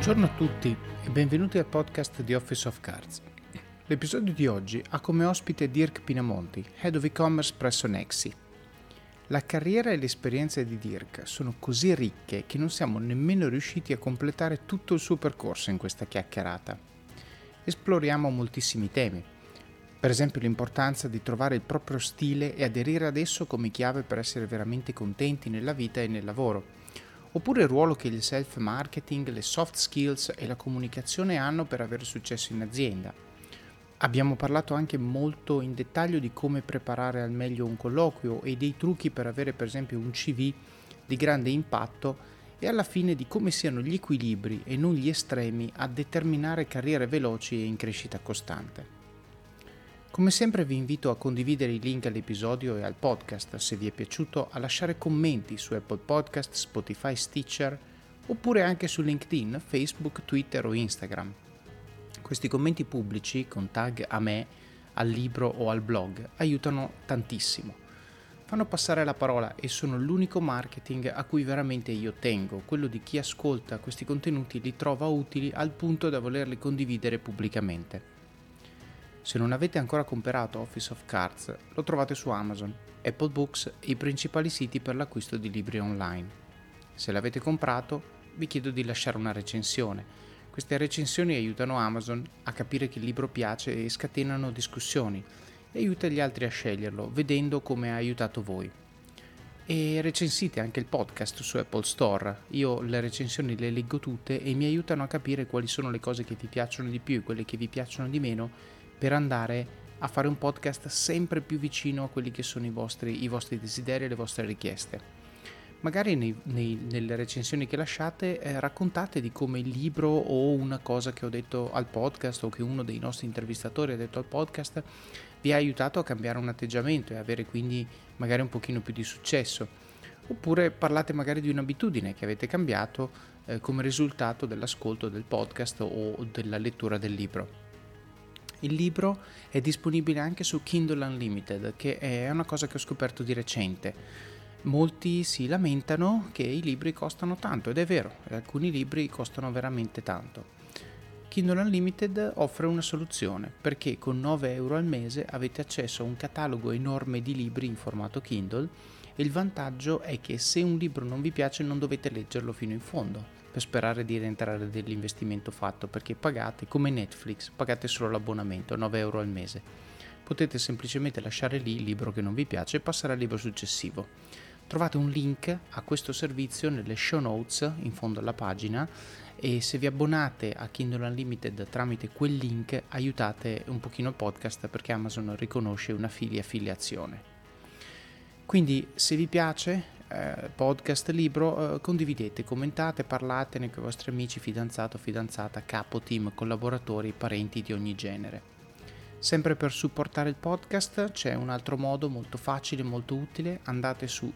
Buongiorno a tutti e benvenuti al podcast di Office of Cards. L'episodio di oggi ha come ospite Dirk Pinamonti, Head of E-Commerce presso Nexi. La carriera e l'esperienza di Dirk sono così ricche che non siamo nemmeno riusciti a completare tutto il suo percorso in questa chiacchierata. Esploriamo moltissimi temi, per esempio l'importanza di trovare il proprio stile e aderire ad esso come chiave per essere veramente contenti nella vita e nel lavoro. Oppure il ruolo che il self-marketing, le soft skills e la comunicazione hanno per avere successo in azienda. Abbiamo parlato anche molto in dettaglio di come preparare al meglio un colloquio e dei trucchi per avere per esempio un CV di grande impatto e alla fine di come siano gli equilibri e non gli estremi a determinare carriere veloci e in crescita costante. Come sempre vi invito a condividere i link all'episodio e al podcast se vi è piaciuto, a lasciare commenti su Apple Podcast, Spotify, Stitcher oppure anche su LinkedIn, Facebook, Twitter o Instagram. Questi commenti pubblici con tag a me, al libro o al blog aiutano tantissimo. Fanno passare la parola e sono l'unico marketing a cui veramente io tengo, quello di chi ascolta questi contenuti li trova utili al punto da volerli condividere pubblicamente. Se non avete ancora comprato Office of Cards, lo trovate su Amazon, Apple Books e i principali siti per l'acquisto di libri online. Se l'avete comprato, vi chiedo di lasciare una recensione. Queste recensioni aiutano Amazon a capire che il libro piace e scatenano discussioni e aiuta gli altri a sceglierlo, vedendo come ha aiutato voi. E recensite anche il podcast su Apple Store. Io le recensioni le leggo tutte e mi aiutano a capire quali sono le cose che vi piacciono di più e quelle che vi piacciono di meno, per andare a fare un podcast sempre più vicino a quelli che sono i vostri desideri e le vostre richieste. Magari nelle recensioni che lasciate raccontate di come il libro o una cosa che ho detto al podcast o che uno dei nostri intervistatori ha detto al podcast vi ha aiutato a cambiare un atteggiamento e avere quindi magari un pochino più di successo. Oppure parlate magari di un'abitudine che avete cambiato come risultato dell'ascolto del podcast o della lettura del libro. Il libro è disponibile anche su Kindle Unlimited, che è una cosa che ho scoperto di recente. Molti si lamentano che i libri costano tanto, ed è vero, alcuni libri costano veramente tanto. Kindle Unlimited offre una soluzione, perché con 9 euro al mese avete accesso a un catalogo enorme di libri in formato Kindle e il vantaggio è che se un libro non vi piace non dovete leggerlo fino in fondo per sperare di rientrare dell'investimento fatto, perché pagate come Netflix, pagate solo l'abbonamento, 9 euro al mese. Potete semplicemente lasciare lì il libro che non vi piace e passare al libro successivo. Trovate un link a questo servizio nelle show notes in fondo alla pagina e se vi abbonate a Kindle Unlimited tramite quel link aiutate un pochino il podcast, perché Amazon riconosce una affiliazione. Quindi se vi piace podcast, libro, condividete, commentate, parlatene con i vostri amici, fidanzato, fidanzata, capo, team, collaboratori, parenti di ogni genere. Sempre per supportare il podcast c'è un altro modo molto facile, molto utile. Andate su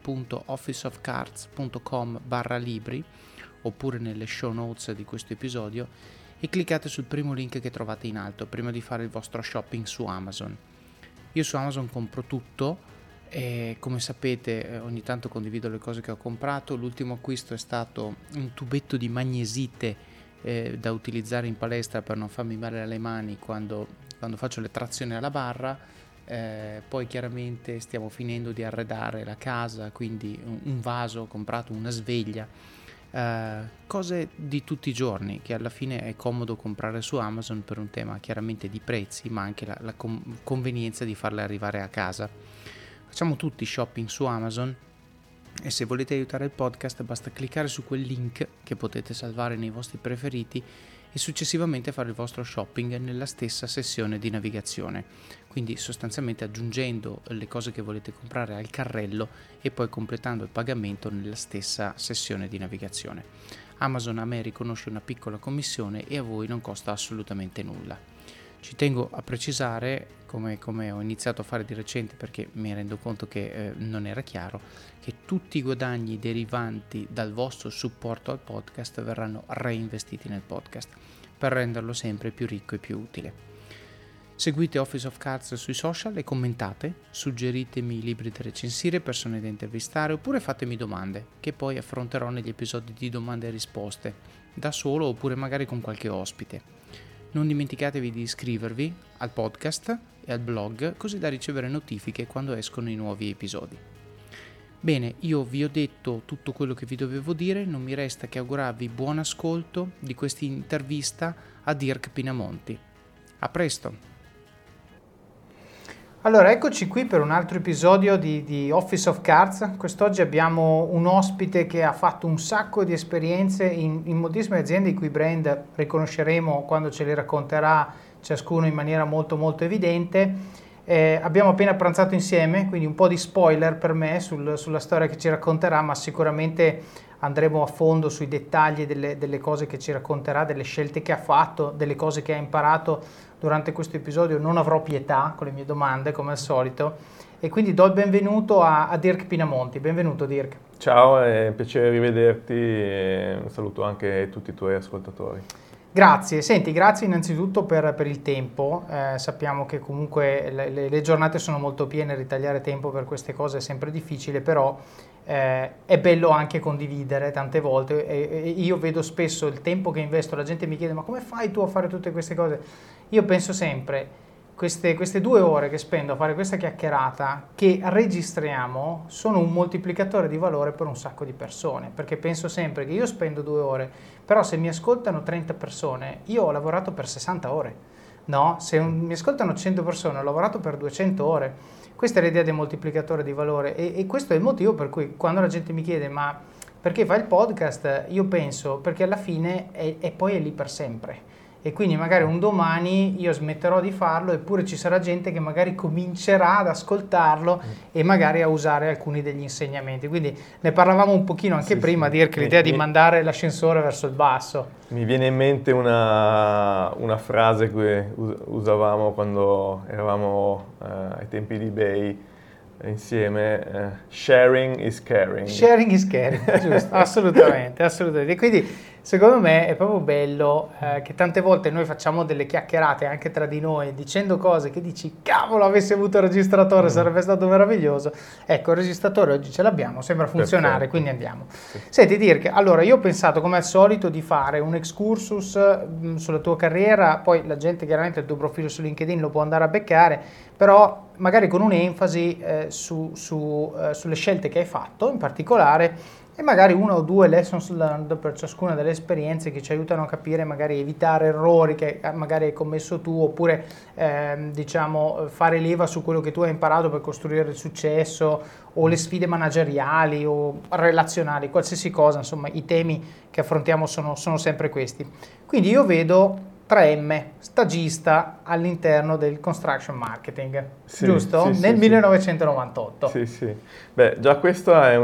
it.officeofcards.com/libri oppure nelle show notes di questo episodio e cliccate sul primo link che trovate in alto prima di fare il vostro shopping su Amazon. Io su Amazon compro tutto. E come sapete ogni tanto condivido le cose che ho comprato. L'ultimo acquisto è stato un tubetto di magnesite da utilizzare in palestra per non farmi male alle mani quando faccio le trazioni alla barra. Poi chiaramente stiamo finendo di arredare la casa, quindi un vaso ho comprato, una sveglia, cose di tutti i giorni che alla fine è comodo comprare su Amazon per un tema chiaramente di prezzi, ma anche la convenienza di farle arrivare a casa. Facciamo tutti shopping su Amazon e se volete aiutare il podcast basta cliccare su quel link che potete salvare nei vostri preferiti e successivamente fare il vostro shopping nella stessa sessione di navigazione, quindi sostanzialmente aggiungendo le cose che volete comprare al carrello e poi completando il pagamento nella stessa sessione di navigazione. Amazon a me riconosce una piccola commissione e a voi non costa assolutamente nulla. Ci tengo a precisare, come ho iniziato a fare di recente perché mi rendo conto che non era chiaro, che tutti i guadagni derivanti dal vostro supporto al podcast verranno reinvestiti nel podcast per renderlo sempre più ricco e più utile. Seguite Office of Cards sui social e commentate, suggeritemi libri da recensire, persone da intervistare oppure fatemi domande che poi affronterò negli episodi di domande e risposte. da solo oppure magari con qualche ospite. Non dimenticatevi di iscrivervi al podcast e al blog così da ricevere notifiche quando escono i nuovi episodi. Bene, io vi ho detto tutto quello che vi dovevo dire, non mi resta che augurarvi buon ascolto di questa intervista a Dirk Pinamonti. A presto! Allora, eccoci qui per un altro episodio di Office of Cards. Quest'oggi abbiamo un ospite che ha fatto un sacco di esperienze in moltissime aziende i cui brand riconosceremo quando ce li racconterà ciascuno in maniera molto molto evidente. Abbiamo appena pranzato insieme, quindi un po' di spoiler per me sulla storia che ci racconterà, ma sicuramente andremo a fondo sui dettagli delle cose che ci racconterà, delle scelte che ha fatto, delle cose che ha imparato durante questo episodio. Non avrò pietà con le mie domande, come al solito, e quindi do il benvenuto a Dirk Pinamonti. Benvenuto Dirk. Ciao, è un piacere rivederti e un saluto anche a tutti i tuoi ascoltatori. Grazie, senti, grazie innanzitutto per il tempo. Sappiamo che comunque le giornate sono molto piene, ritagliare tempo per queste cose è sempre difficile, però è bello anche condividere tante volte e io vedo spesso il tempo che investo, la gente mi chiede ma come fai tu a fare tutte queste cose? Io penso sempre, queste 2 ore che spendo a fare questa chiacchierata che registriamo sono un moltiplicatore di valore per un sacco di persone, perché penso sempre che io spendo 2 ore, però se mi ascoltano 30 persone, io ho lavorato per 60 ore, no? Se mi ascoltano 100 persone, ho lavorato per 200 ore. Questa è l'idea del moltiplicatore di valore e questo è il motivo per cui quando la gente mi chiede ma perché fai il podcast, io penso perché alla fine poi è lì per sempre. E quindi magari un domani io smetterò di farlo eppure ci sarà gente che magari comincerà ad ascoltarlo e magari a usare alcuni degli insegnamenti. Quindi ne parlavamo un pochino anche prima, Sì. dire che l'idea di mandare l'ascensore verso il basso. Mi viene in mente una frase che usavamo quando eravamo ai tempi di eBay insieme, sharing is caring. Sharing is caring, giusto, assolutamente, assolutamente. E quindi secondo me è proprio bello che tante volte noi facciamo delle chiacchierate anche tra di noi dicendo cose che dici cavolo avessi avuto il registratore sarebbe stato meraviglioso. Ecco, il registratore oggi ce l'abbiamo, sembra funzionare. Perfetto. Quindi andiamo. Sì. Senti Dirk, allora io ho pensato come al solito di fare un excursus sulla tua carriera, poi la gente chiaramente il tuo profilo su LinkedIn lo può andare a beccare, però magari con un'enfasi sulle scelte che hai fatto in particolare e magari 1 o 2 lessons learned per ciascuna delle esperienze che ci aiutano a capire, magari evitare errori che magari hai commesso tu oppure diciamo fare leva su quello che tu hai imparato per costruire il successo o le sfide manageriali o relazionali, qualsiasi cosa, insomma i temi che affrontiamo sono sempre questi. Quindi io vedo 3M, stagista all'interno del construction marketing, sì, giusto? Sì, nel sì, 1998. Sì, sì. Beh, già questo è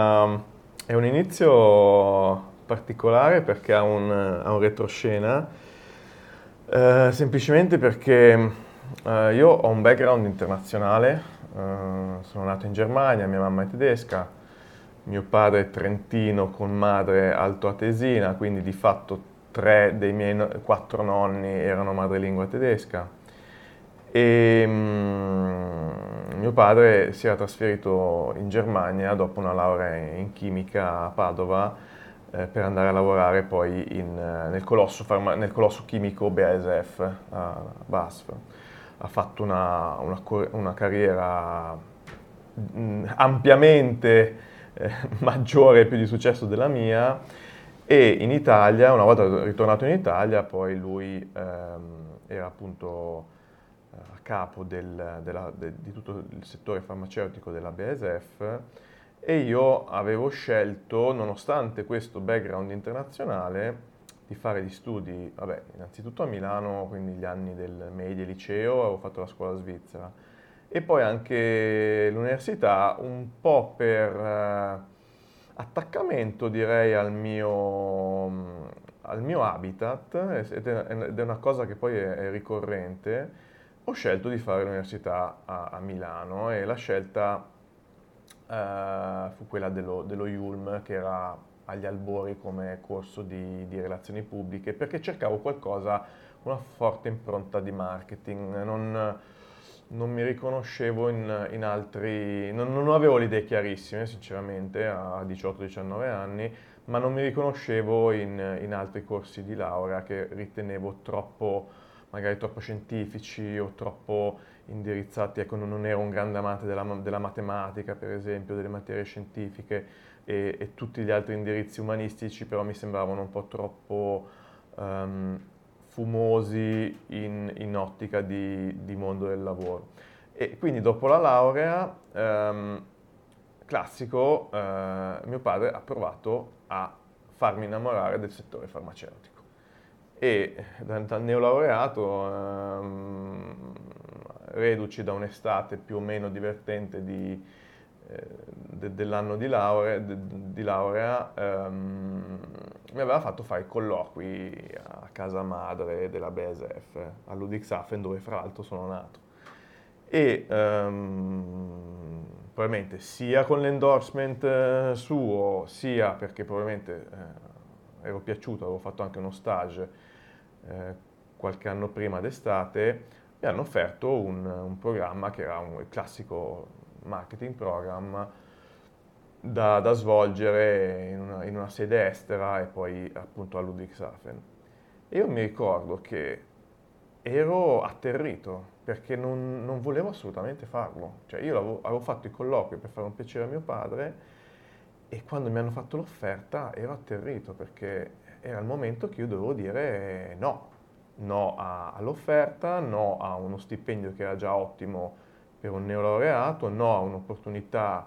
un inizio particolare perché ha un retroscena, semplicemente perché io ho un background internazionale, sono nato in Germania, mia mamma è tedesca, mio padre è trentino con madre altoatesina, quindi di fatto 3 dei miei 4 nonni erano madrelingua tedesca e mio padre si era trasferito in Germania dopo una laurea in chimica a Padova per andare a lavorare poi nel colosso chimico BASF a BASF. Ha fatto una carriera ampiamente maggiore e più di successo della mia. E in Italia, una volta ritornato in Italia, poi lui era appunto a capo di tutto il settore farmaceutico della BASF e io avevo scelto, nonostante questo background internazionale, di fare gli studi, vabbè, innanzitutto a Milano, quindi gli anni del medio liceo, avevo fatto la scuola svizzera e poi anche l'università un po' per attaccamento direi al mio habitat ed è una cosa che poi è ricorrente. Ho scelto di fare l'università a Milano e la scelta fu quella dello IULM che era agli albori come corso di relazioni pubbliche perché cercavo qualcosa, una forte impronta di marketing. non mi riconoscevo in altri, non avevo le idee chiarissime sinceramente a 18-19 anni, ma non mi riconoscevo in altri corsi di laurea che ritenevo magari troppo scientifici o troppo indirizzati, ecco, non ero un grande amante della matematica, per esempio, delle materie scientifiche e tutti gli altri indirizzi umanistici, però mi sembravano un po' troppo fumosi in ottica di mondo del lavoro. E quindi dopo la laurea, classico, mio padre ha provato a farmi innamorare del settore farmaceutico. E da neolaureato, reduci da un'estate più o meno divertente dell'anno di laurea, mi aveva fatto fare i colloqui a casa madre della BASF, a Ludwigshafen, dove fra l'altro sono nato. E probabilmente sia con l'endorsement suo, sia perché probabilmente ero piaciuto, avevo fatto anche uno stage qualche anno prima d'estate, mi hanno offerto un programma che era il classico marketing program da svolgere in una sede estera e poi appunto a Ludwigshafen. E io mi ricordo che ero atterrito perché non volevo assolutamente farlo. Cioè io avevo fatto i colloqui per fare un piacere a mio padre e quando mi hanno fatto l'offerta ero atterrito perché era il momento che io dovevo dire no. No all'offerta, no a uno stipendio che era già ottimo per un neolaureato, no a un'opportunità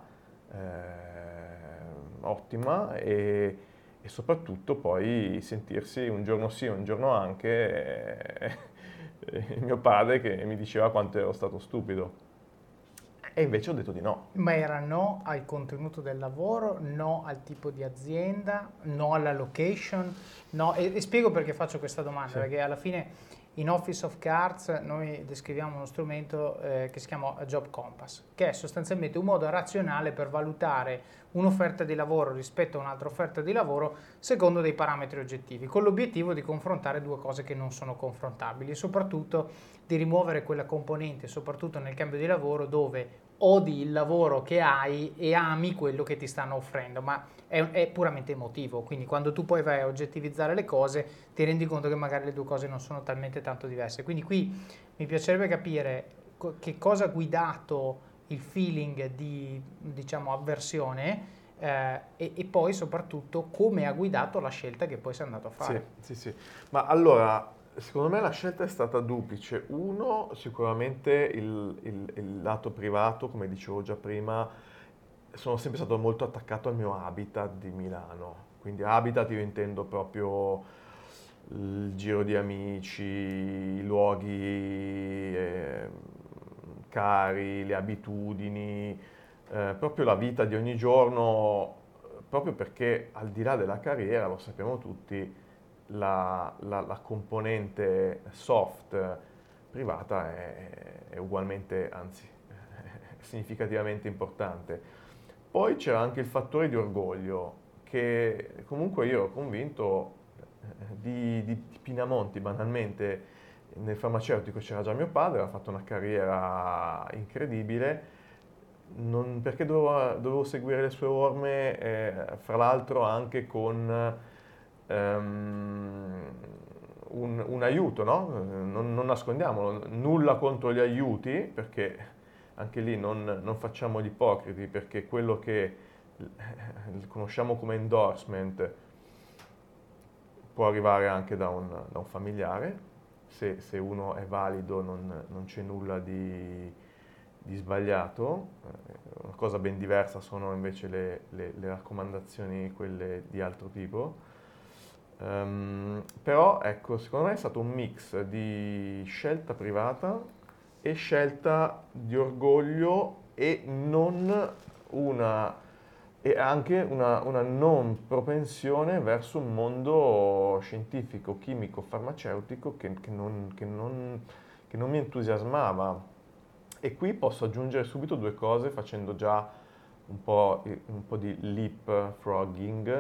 ottima e soprattutto poi sentirsi un giorno sì, un giorno anche mio padre che mi diceva quanto ero stato stupido. E invece ho detto di no. Ma era no al contenuto del lavoro, no al tipo di azienda, no alla location, no. E spiego perché faccio questa domanda, Sì. perché alla fine in Office of Cards noi descriviamo uno strumento che si chiama Job Compass, che è sostanzialmente un modo razionale per valutare un'offerta di lavoro rispetto a un'altra offerta di lavoro secondo dei parametri oggettivi, con l'obiettivo di confrontare due cose che non sono confrontabili e soprattutto di rimuovere quella componente, soprattutto nel cambio di lavoro, dove odi il lavoro che hai e ami quello che ti stanno offrendo, ma è puramente emotivo, quindi quando tu poi vai a oggettivizzare le cose ti rendi conto che magari le due cose non sono talmente tanto diverse. Quindi qui mi piacerebbe capire che cosa ha guidato il feeling di, diciamo, avversione e poi soprattutto come ha guidato la scelta che poi sei andato a Sì, fare. sì, sì. Ma allora, secondo me la scelta è stata duplice. Uno, sicuramente il lato privato, come dicevo già prima, sono sempre stato molto attaccato al mio habitat di Milano. Quindi habitat io intendo proprio il giro di amici, i luoghi cari, le abitudini, proprio la vita di ogni giorno, proprio perché al di là della carriera, lo sappiamo tutti, la componente soft privata è ugualmente, anzi, significativamente importante. Poi c'era anche il fattore di orgoglio, che comunque io ero convinto di Pinamonti, banalmente, nel farmaceutico c'era già mio padre, aveva fatto una carriera incredibile, perché dovevo seguire le sue orme, fra l'altro anche con un aiuto, no? Non nascondiamolo, nulla contro gli aiuti, perché anche lì non facciamo gli ipocriti, perché quello che conosciamo come endorsement può arrivare anche da un familiare, se uno è valido non c'è nulla di sbagliato. Una cosa ben diversa sono invece le raccomandazioni, quelle di altro tipo. Però ecco, secondo me è stato un mix di scelta privata e scelta di orgoglio e non una e anche una non propensione verso un mondo scientifico, chimico, farmaceutico che non mi entusiasmava. E qui posso aggiungere subito due cose facendo già un po' di leapfrogging,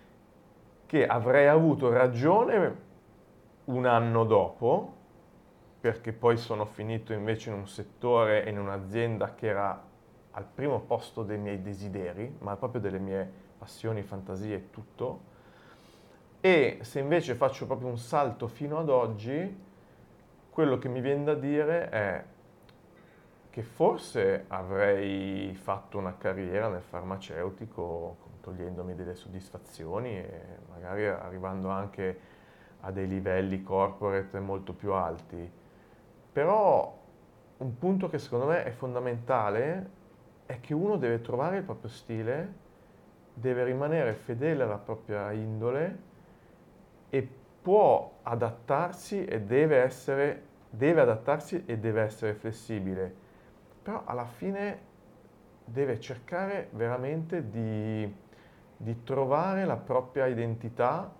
che avrei avuto ragione un anno dopo, perché poi sono finito invece in un settore e in un'azienda che era al primo posto dei miei desideri, ma proprio delle mie passioni, fantasie e tutto. E se invece faccio proprio un salto fino ad oggi, quello che mi viene da dire è che forse avrei fatto una carriera nel farmaceutico, togliendomi delle soddisfazioni e magari arrivando anche a dei livelli corporate molto più alti. Però un punto che secondo me è fondamentale è che uno deve trovare il proprio stile, deve rimanere fedele alla propria indole e può adattarsi e deve adattarsi e deve essere flessibile, però alla fine deve cercare veramente di trovare la propria identità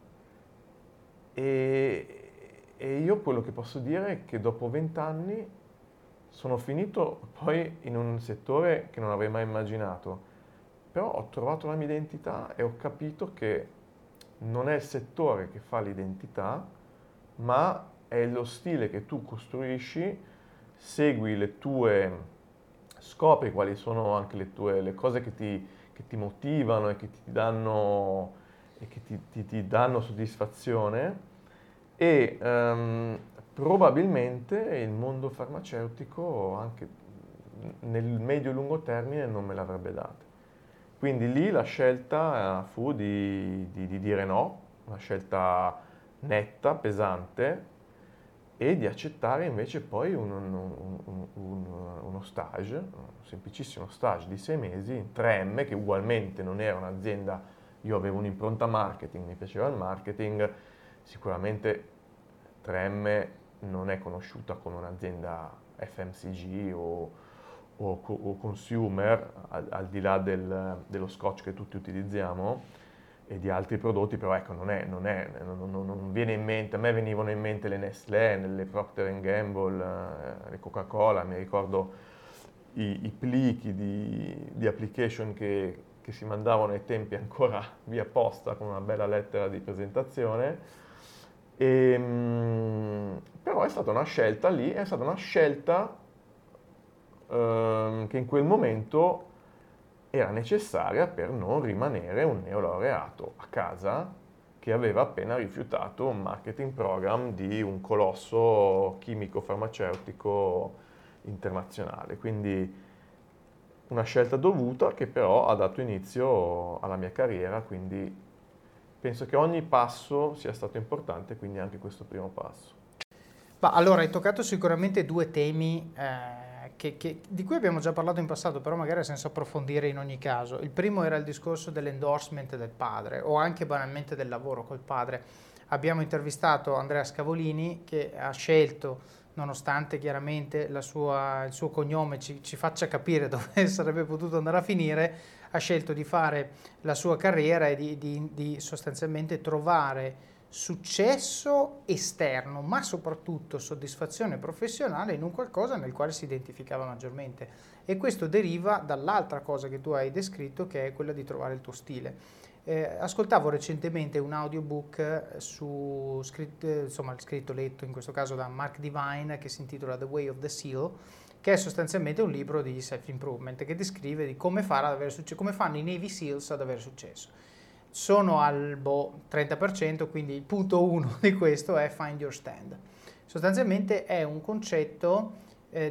e io quello che posso dire è che dopo 20 anni sono finito poi in un settore che non avrei mai immaginato, però ho trovato la mia identità e ho capito che non è il settore che fa l'identità, ma è lo stile che tu costruisci, segui le tue, scopri quali sono anche le cose che ti motivano e che ti danno soddisfazione e probabilmente il mondo farmaceutico anche nel medio-lungo termine non me l'avrebbe data. Quindi lì la scelta fu di dire no, una scelta netta, pesante, e di accettare invece poi uno stage, un semplicissimo stage di 6 mesi in 3M, che ugualmente non era un'azienda, io avevo un'impronta marketing, mi piaceva il marketing, sicuramente 3M non è conosciuta come un'azienda FMCG o consumer, al di là dello scotch che tutti utilizziamo e di altri prodotti, però ecco, non viene in mente, a me venivano in mente le Nestlé, le Procter Gamble, le Coca-Cola, mi ricordo i plichi di application che si mandavano ai tempi ancora via posta con una bella lettera di presentazione. Però è stata una scelta lì, è stata una scelta che in quel momento era necessaria per non rimanere un neolaureato a casa che aveva appena rifiutato un marketing program di un colosso chimico-farmaceutico internazionale. Quindi una scelta dovuta che però ha dato inizio alla mia carriera, quindi penso che ogni passo sia stato importante, quindi anche questo primo passo. Ma allora, hai toccato sicuramente due temi di cui abbiamo già parlato in passato, però magari ha senso approfondire in ogni caso. Il primo era il discorso dell'endorsement del padre o anche banalmente del lavoro col padre. Abbiamo intervistato Andrea Scavolini che ha scelto, nonostante chiaramente il suo cognome ci faccia capire dove sarebbe potuto andare a finire, ha scelto di fare la sua carriera e di sostanzialmente trovare successo esterno, ma soprattutto soddisfazione professionale in un qualcosa nel quale si identificava maggiormente. E questo deriva dall'altra cosa che tu hai descritto, che è quella di trovare il tuo stile. Ascoltavo recentemente un audiobook scritto, letto in questo caso da Mark Divine, che si intitola The Way of the Seal, che è sostanzialmente un libro di self-improvement che descrive di come fare ad avere successo, come fanno i Navy Seals ad avere successo. Sono al 30%, quindi il punto 1 di questo è find your stand. Sostanzialmente è un concetto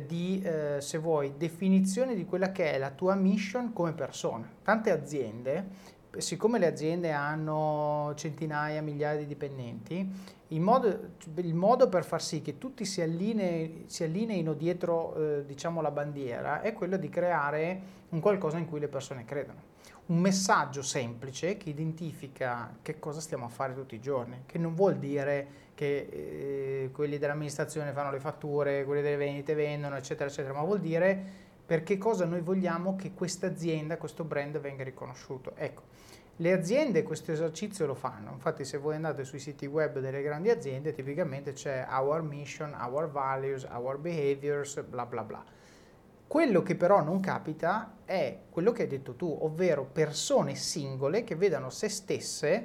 se vuoi, definizione di quella che è la tua mission come persona. Tante aziende, siccome le aziende hanno centinaia, migliaia di dipendenti, il modo per far sì che tutti si allineino dietro diciamo la bandiera è quello di creare un qualcosa in cui le persone credono. Un messaggio semplice che identifica che cosa stiamo a fare tutti i giorni, che non vuol dire che quelli dell'amministrazione fanno le fatture, quelli delle vendite vendono, eccetera, eccetera, ma vuol dire per che cosa noi vogliamo che questa azienda, questo brand venga riconosciuto. Ecco, le aziende questo esercizio lo fanno, infatti se voi andate sui siti web delle grandi aziende tipicamente c'è our mission, our values, our behaviors, bla bla bla. Quello che però non capita è quello che hai detto tu, ovvero persone singole che vedano se stesse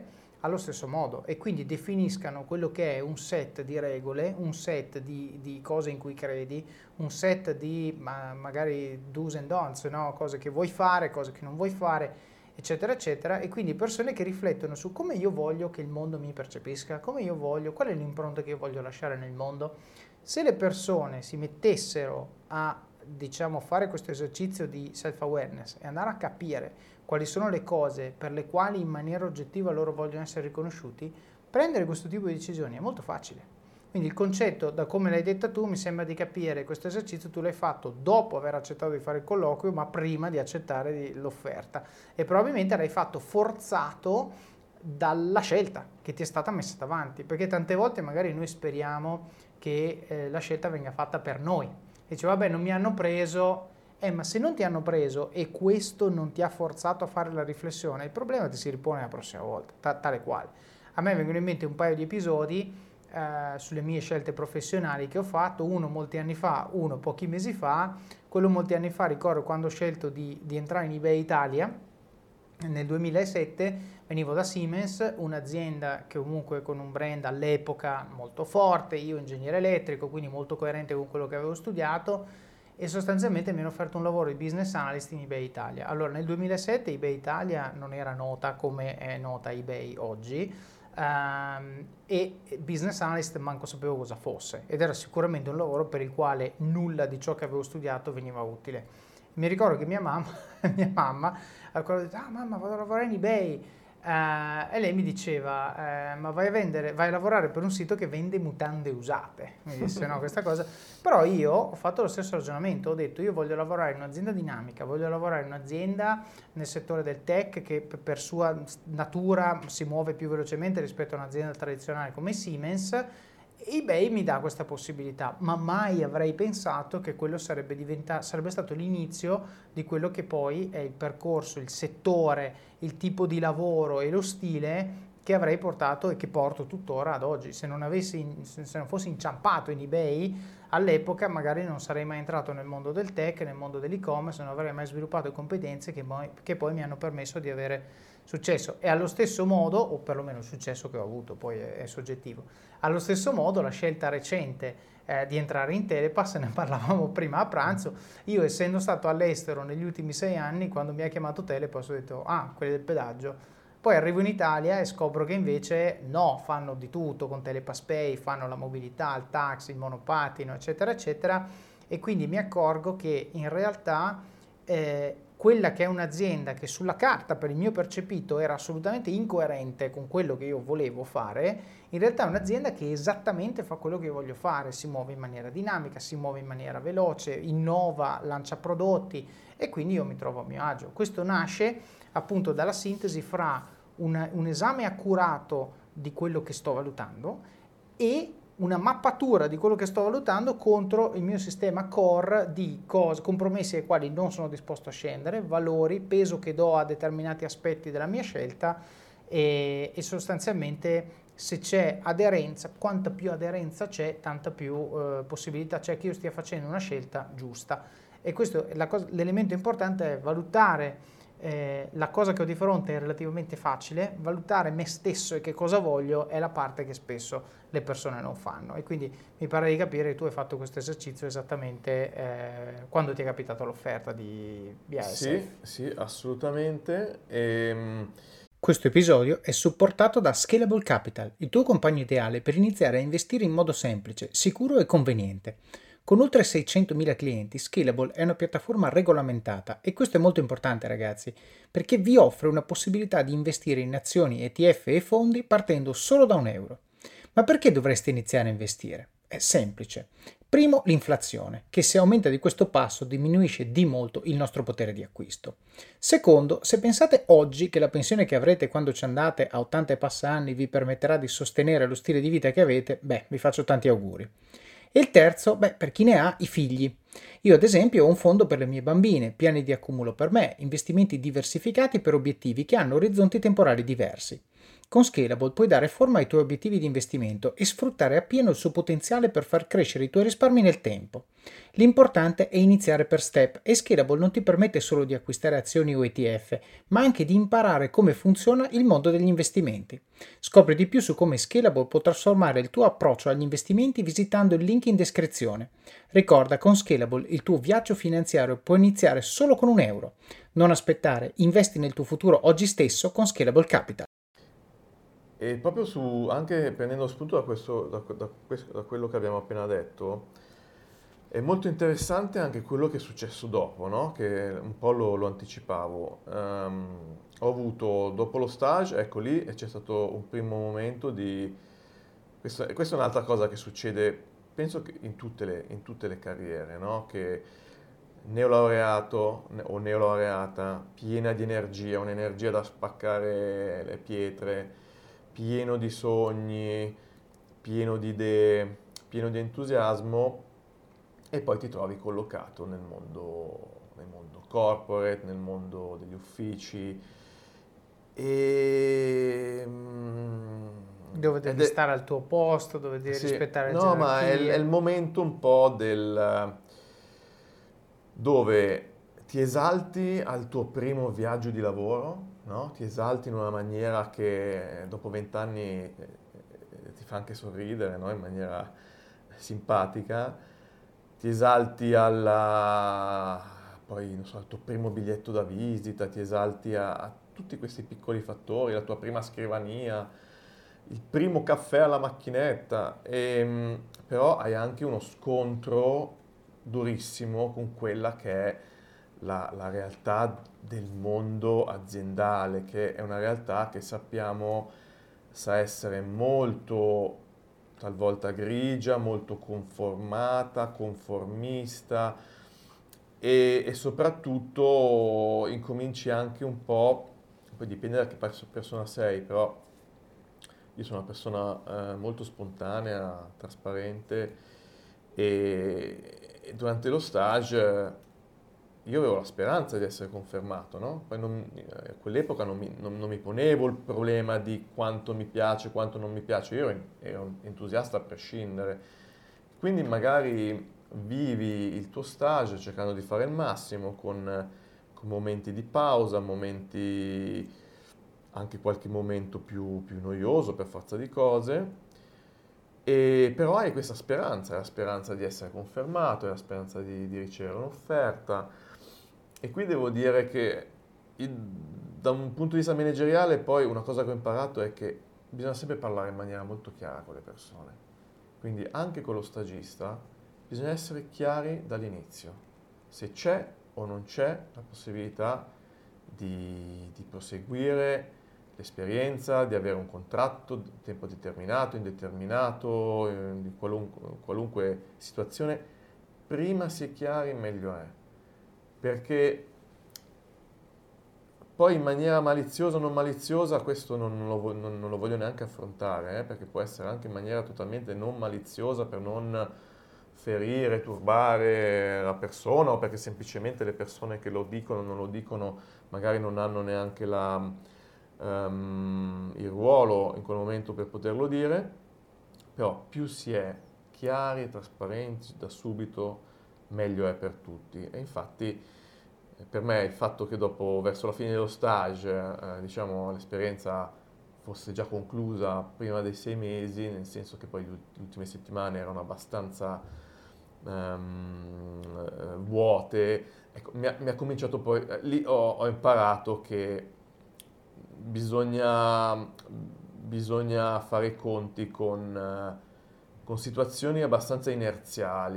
allo stesso modo e quindi definiscano quello che è un set di regole, un set di cose in cui credi, un set di magari do's and don'ts, no? Cose che vuoi fare, cose che non vuoi fare, eccetera, eccetera, e quindi persone che riflettono su come io voglio che il mondo mi percepisca, come io voglio, qual è l'impronta che io voglio lasciare nel mondo. Se le persone si mettessero a, diciamo, fare questo esercizio di self-awareness e andare a capire quali sono le cose per le quali in maniera oggettiva loro vogliono essere riconosciuti, prendere questo tipo di decisioni è molto facile. Quindi il concetto, da come l'hai detta tu, mi sembra di capire, questo esercizio tu l'hai fatto dopo aver accettato di fare il colloquio, ma prima di accettare l'offerta. E probabilmente l'hai fatto forzato dalla scelta che ti è stata messa davanti, perché tante volte magari noi speriamo che la scelta venga fatta per noi. E dice, vabbè, non mi hanno preso, ma se non ti hanno preso e questo non ti ha forzato a fare la riflessione, il problema ti si ripone la prossima volta, tale quale. A me vengono in mente un paio di episodi sulle mie scelte professionali che ho fatto, uno molti anni fa, uno pochi mesi fa. Quello molti anni fa ricordo quando ho scelto di entrare in eBay Italia, nel 2007 venivo da Siemens, un'azienda che comunque con un brand all'epoca molto forte, io ingegnere elettrico, quindi molto coerente con quello che avevo studiato, e sostanzialmente mi hanno offerto un lavoro di business analyst in eBay Italia. Allora nel 2007 eBay Italia non era nota come è nota eBay oggi, e business analyst manco sapevo cosa fosse, ed era sicuramente un lavoro per il quale nulla di ciò che avevo studiato veniva utile. Mi ricordo che mia mamma ha detto, mamma, vado a lavorare in eBay, e lei mi diceva, ma vai a lavorare per un sito che vende mutande usate. Mi disse no, questa cosa. Però io ho fatto lo stesso ragionamento, ho detto io voglio lavorare in un'azienda dinamica, voglio lavorare in un'azienda nel settore del tech che per sua natura si muove più velocemente rispetto a un'azienda tradizionale come Siemens. eBay mi dà questa possibilità, ma mai avrei pensato che quello sarebbe stato l'inizio di quello che poi è il percorso, il settore, il tipo di lavoro e lo stile che avrei portato e che porto tuttora ad oggi. Se non fossi inciampato in eBay all'epoca, magari non sarei mai entrato nel mondo del tech, nel mondo dell'e-commerce, non avrei mai sviluppato competenze che poi mi hanno permesso di avere successo. E allo stesso modo, o perlomeno il successo che ho avuto, poi è soggettivo, allo stesso modo la scelta recente di entrare in Telepass, ne parlavamo prima a pranzo, io essendo stato all'estero negli ultimi 6 anni, quando mi ha chiamato Telepass ho detto, quelli del pedaggio. Poi arrivo in Italia e scopro che invece no, fanno di tutto con Telepass Pay, fanno la mobilità, il taxi, il monopattino, eccetera, eccetera, e quindi mi accorgo che in realtà quella che è un'azienda che sulla carta per il mio percepito era assolutamente incoerente con quello che io volevo fare, in realtà è un'azienda che esattamente fa quello che io voglio fare, si muove in maniera dinamica, si muove in maniera veloce, innova, lancia prodotti e quindi io mi trovo a mio agio. Questo nasce appunto dalla sintesi fra un esame accurato di quello che sto valutando e una mappatura di quello che sto valutando contro il mio sistema core di compromessi ai quali non sono disposto a scendere, valori, peso che do a determinati aspetti della mia scelta e sostanzialmente se c'è aderenza, quanta più aderenza c'è, tanta più possibilità c'è che io stia facendo una scelta giusta. E questo l'elemento importante è valutare la cosa che ho di fronte è relativamente facile, valutare me stesso e che cosa voglio è la parte che spesso le persone non fanno, e quindi mi pare di capire che tu hai fatto questo esercizio esattamente quando ti è capitata l'offerta di BASF. Sì, assolutamente. Questo episodio è supportato da Scalable Capital, il tuo compagno ideale per iniziare a investire in modo semplice, sicuro e conveniente. Con oltre 600.000 clienti, Scalable è una piattaforma regolamentata e questo è molto importante, ragazzi, perché vi offre una possibilità di investire in azioni, ETF e fondi partendo solo da €1. Ma perché dovreste iniziare a investire? È semplice. Primo, l'inflazione, che se aumenta di questo passo diminuisce di molto il nostro potere di acquisto. Secondo, se pensate oggi che la pensione che avrete quando ci andate a 80 e passa anni vi permetterà di sostenere lo stile di vita che avete, vi faccio tanti auguri. E il terzo, per chi ne ha, i figli. Io ad esempio ho un fondo per le mie bambine, piani di accumulo per me, investimenti diversificati per obiettivi che hanno orizzonti temporali diversi. Con Scalable puoi dare forma ai tuoi obiettivi di investimento e sfruttare appieno il suo potenziale per far crescere i tuoi risparmi nel tempo. L'importante è iniziare per step e Scalable non ti permette solo di acquistare azioni o ETF, ma anche di imparare come funziona il mondo degli investimenti. Scopri di più su come Scalable può trasformare il tuo approccio agli investimenti visitando il link in descrizione. Ricorda, con Scalable il tuo viaggio finanziario può iniziare solo con €1. Non aspettare, investi nel tuo futuro oggi stesso con Scalable Capital. E proprio anche prendendo spunto da quello che abbiamo appena detto, è molto interessante anche quello che è successo dopo, no? Che un po' lo anticipavo. Ho avuto, dopo lo stage, ecco lì, e c'è stato un primo momento di... questa è un'altra cosa che succede, penso che in tutte le carriere, no? Che neolaureato o neolaureata, piena di energia, un'energia da spaccare le pietre, pieno di sogni, pieno di idee, pieno di entusiasmo e poi ti trovi collocato nel mondo corporate, nel mondo degli uffici e... Dove ed devi è, stare al tuo posto, dove devi sì, rispettare le no, ma è il gerarchie. momento un po' dove ti esalti al tuo primo viaggio di lavoro, no? Ti esalti in una maniera che dopo 20 anni ti fa anche sorridere, no? In maniera simpatica. Ti esalti poi, non so, al tuo primo biglietto da visita, ti esalti a tutti questi piccoli fattori, la tua prima scrivania, il primo caffè alla macchinetta, però hai anche uno scontro durissimo con quella che è la realtà del mondo aziendale, che è una realtà che sappiamo sa essere molto talvolta grigia, molto conformata, conformista e soprattutto incominci anche un po', poi dipende da che persona sei, però io sono una persona molto spontanea, trasparente e durante lo stage io avevo la speranza di essere confermato, no? Poi a quell'epoca non mi ponevo il problema di quanto mi piace, quanto non mi piace, io ero un entusiasta a prescindere. Quindi magari vivi il tuo stage cercando di fare il massimo con momenti di pausa, anche qualche momento più noioso per forza di cose, e però hai questa speranza, la speranza di essere confermato, la speranza di ricevere un'offerta. E qui devo dire che da un punto di vista manageriale poi una cosa che ho imparato è che bisogna sempre parlare in maniera molto chiara con le persone. Quindi anche con lo stagista bisogna essere chiari dall'inizio. Se c'è o non c'è la possibilità di proseguire l'esperienza, di avere un contratto di tempo determinato, indeterminato, di qualunque situazione, prima si è chiari meglio è. Perché poi in maniera maliziosa o non maliziosa, questo non lo voglio neanche affrontare, perché può essere anche in maniera totalmente non maliziosa per non ferire, turbare la persona o perché semplicemente le persone che lo dicono non lo dicono, magari non hanno neanche il ruolo in quel momento per poterlo dire, però più si è chiari e trasparenti da subito, meglio è per tutti. E infatti per me il fatto che dopo, verso la fine dello stage, diciamo, l'esperienza fosse già conclusa prima dei 6 mesi, nel senso che poi le ultime settimane erano abbastanza vuote, ecco, mi ha cominciato poi, lì ho imparato che bisogna fare i conti con situazioni abbastanza inerziali,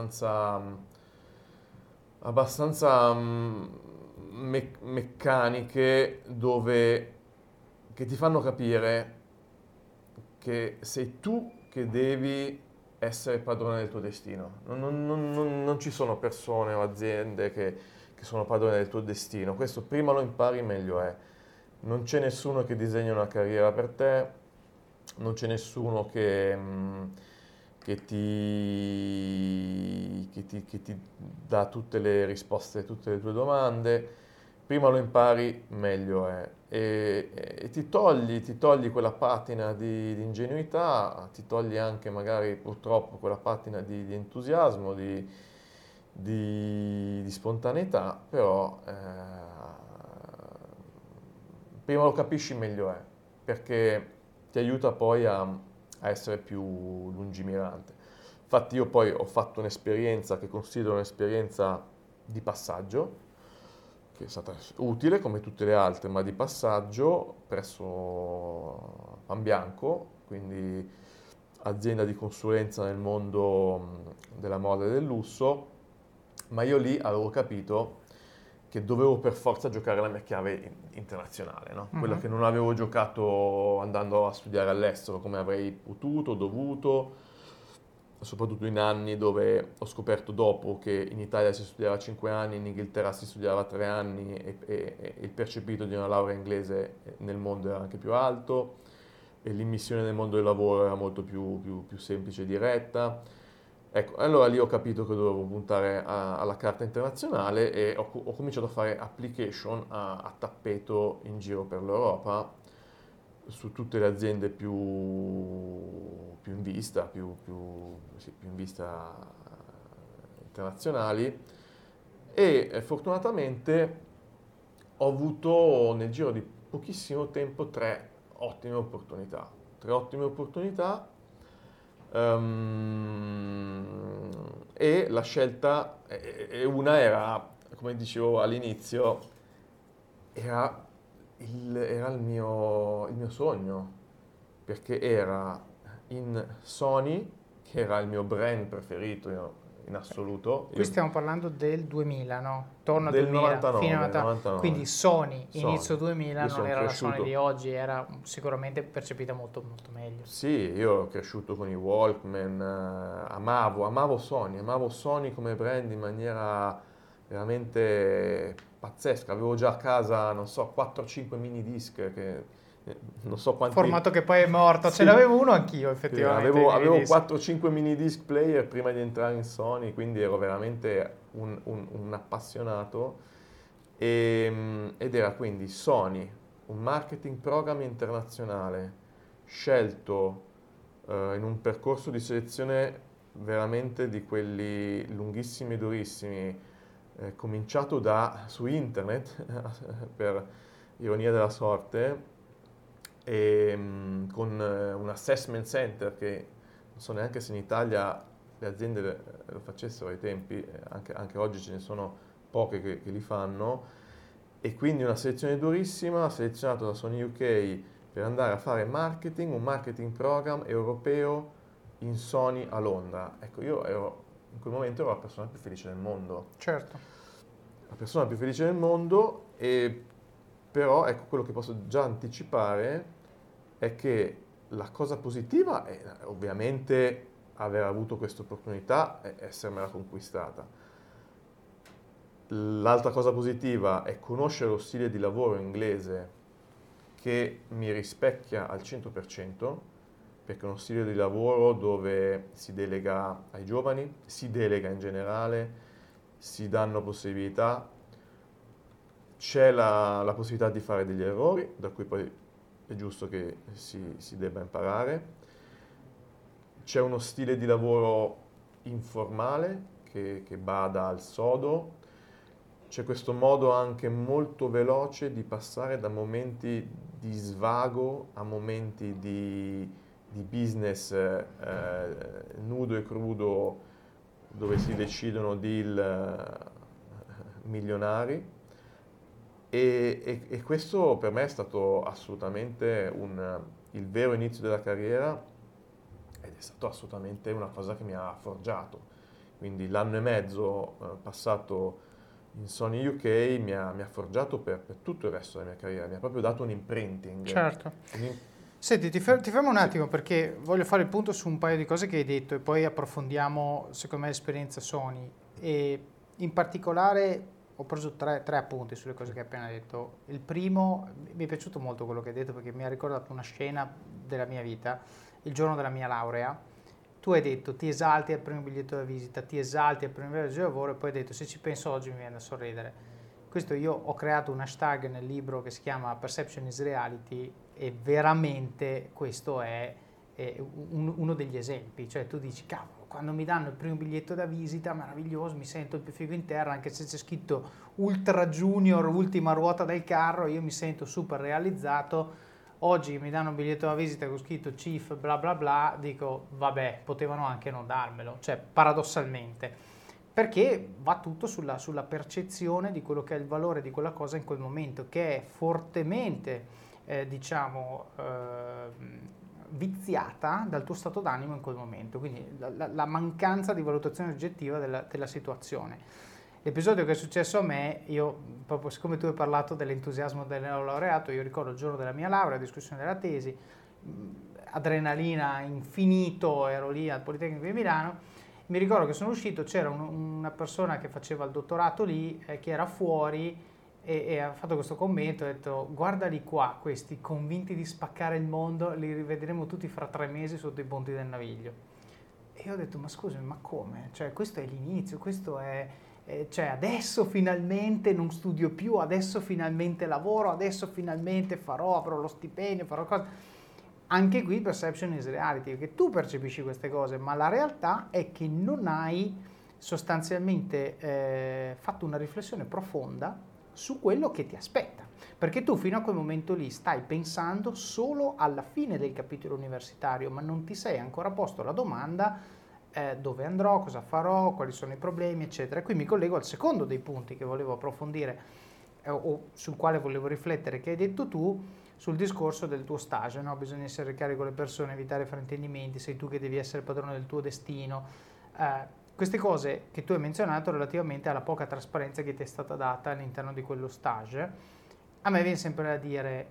abbastanza meccaniche che ti fanno capire che sei tu che devi essere padrone del tuo destino. Non ci sono persone o aziende che sono padrone del tuo destino. Questo prima lo impari meglio è. Non c'è nessuno che disegna una carriera per te, non c'è nessuno che ti dà tutte le risposte a tutte le tue domande. Prima lo impari, meglio è. E ti togli quella patina di ingenuità, ti togli anche magari purtroppo quella patina di entusiasmo, di spontaneità, però prima lo capisci meglio è, perché ti aiuta poi a essere più lungimirante. Infatti io poi ho fatto un'esperienza che considero un'esperienza di passaggio, che è stata utile come tutte le altre, ma di passaggio presso Panbianco, quindi azienda di consulenza nel mondo della moda e del lusso, ma io lì avevo capito che dovevo per forza giocare la mia chiave internazionale, no? Quella che non avevo giocato andando a studiare all'estero come avrei potuto, dovuto, soprattutto in anni dove ho scoperto dopo che in Italia si studiava 5 anni, in Inghilterra si studiava 3 anni e il percepito di una laurea inglese nel mondo era anche più alto e l'immissione nel mondo del lavoro era molto più semplice e diretta. Ecco, allora lì ho capito che dovevo puntare alla carta internazionale e ho cominciato a fare application a tappeto in giro per l'Europa su tutte le aziende più in vista, sì, più in vista internazionali e fortunatamente ho avuto nel giro di pochissimo tempo ottime opportunità. Tre ottime opportunità e la scelta, e una era, come dicevo all'inizio, era il mio sogno, perché era in Sony, che era il mio brand preferito in assoluto. Qui stiamo parlando del 2000, no? Torno al Del 2000, fino 99, a 99. 99. Quindi Sony, Sony. inizio 2000, Io non sono era la Sony cresciuto. di oggi, era sicuramente percepita molto, molto meglio. Sì, io ero cresciuto con i Walkman, amavo Sony come brand in maniera veramente pazzesca. Avevo già a casa, non so, 4-5 mini disc che non so quanti. Formato che poi è morto, ce Sì, l'avevo uno anch'io sì, effettivamente, i avevo minidisc. 4-5 mini disc player prima di entrare in Sony, quindi ero veramente un appassionato. Ed era quindi Sony, un marketing program internazionale scelto in un percorso di selezione veramente di quelli lunghissimi e durissimi, cominciato su internet, per ironia della sorte, con un assessment center che non so neanche se in Italia le aziende lo facessero ai tempi, anche oggi ce ne sono poche che li fanno, e quindi una selezione durissima, selezionato da Sony UK per andare a fare un marketing program europeo in Sony a Londra. Ecco, in quel momento ero la persona più felice del mondo. Certo. La persona più felice del mondo, però ecco quello che posso già anticipare è che la cosa positiva è ovviamente aver avuto questa opportunità e essermela conquistata. L'altra cosa positiva è conoscere lo stile di lavoro inglese che mi rispecchia al 100%, perché è uno stile di lavoro dove si delega ai giovani, si delega in generale, si danno possibilità, c'è la possibilità di fare degli errori, da cui poi è giusto che si debba imparare, c'è uno stile di lavoro informale che bada al sodo, c'è questo modo anche molto veloce di passare da momenti di svago a momenti di business nudo e crudo dove si decidono deal milionari e questo per me è stato assolutamente il vero inizio della carriera ed è stato assolutamente una cosa che mi ha forgiato. Quindi l'anno e mezzo passato in Sony UK mi ha forgiato per tutto il resto della mia carriera, mi ha proprio dato un imprinting. Certo. Un im- Senti, ti fermo un Sì. attimo perché voglio fare il punto su un paio di cose che hai detto e poi approfondiamo, secondo me, l'esperienza Sony. E in particolare ho preso tre appunti sulle cose che hai appena detto. Il primo, mi è piaciuto molto quello che hai detto perché mi ha ricordato una scena della mia vita, il giorno della mia laurea. tu hai detto ti esalti al primo biglietto da visita, ti esalti al primo viaggio di lavoro e poi hai detto se ci penso oggi mi viene da sorridere. Questo io ho creato un hashtag nel libro che si chiama Perception is Reality e veramente questo è uno degli esempi, cioè tu dici cavolo, quando mi danno il primo biglietto da visita meraviglioso, mi sento il più figo in terra, anche se c'è scritto Ultra Junior, ultima ruota del carro, io mi sento super realizzato. Oggi mi danno un biglietto da visita con scritto Chief bla bla bla, dico vabbè, potevano anche non darmelo, cioè paradossalmente, perché va tutto sulla percezione di quello che è il valore di quella cosa in quel momento, che è fortemente, viziata dal tuo stato d'animo in quel momento, quindi la mancanza di valutazione oggettiva della situazione. L'episodio che è successo a me, io proprio siccome tu hai parlato dell'entusiasmo del neolaureato, io ricordo il giorno della mia laurea, discussione della tesi, adrenalina infinito, ero lì al Politecnico di Milano, mi ricordo che sono uscito, c'era una persona che faceva il dottorato lì, che era fuori e ha fatto questo commento, ha detto guardali qua, questi convinti di spaccare il mondo, li rivedremo tutti fra 3 mesi sotto i ponti del Naviglio. E io ho detto ma scusami, ma come? Cioè questo è l'inizio, questo è cioè adesso finalmente non studio più, adesso finalmente lavoro, adesso finalmente farò, avrò lo stipendio, farò cose. Anche qui perception is reality, perché tu percepisci queste cose, ma la realtà è che non hai sostanzialmente fatto una riflessione profonda su quello che ti aspetta. Perché tu fino a quel momento lì stai pensando solo alla fine del capitolo universitario, ma non ti sei ancora posto la domanda dove andrò, cosa farò, quali sono i problemi, eccetera. E qui mi collego al secondo dei punti che volevo approfondire o sul quale volevo riflettere, che hai detto tu, sul discorso del tuo stage, no? Bisogna essere chiari con le persone, evitare fraintendimenti, sei tu che devi essere padrone del tuo destino. Queste cose che tu hai menzionato relativamente alla poca trasparenza che ti è stata data all'interno di quello stage, a me viene sempre da dire,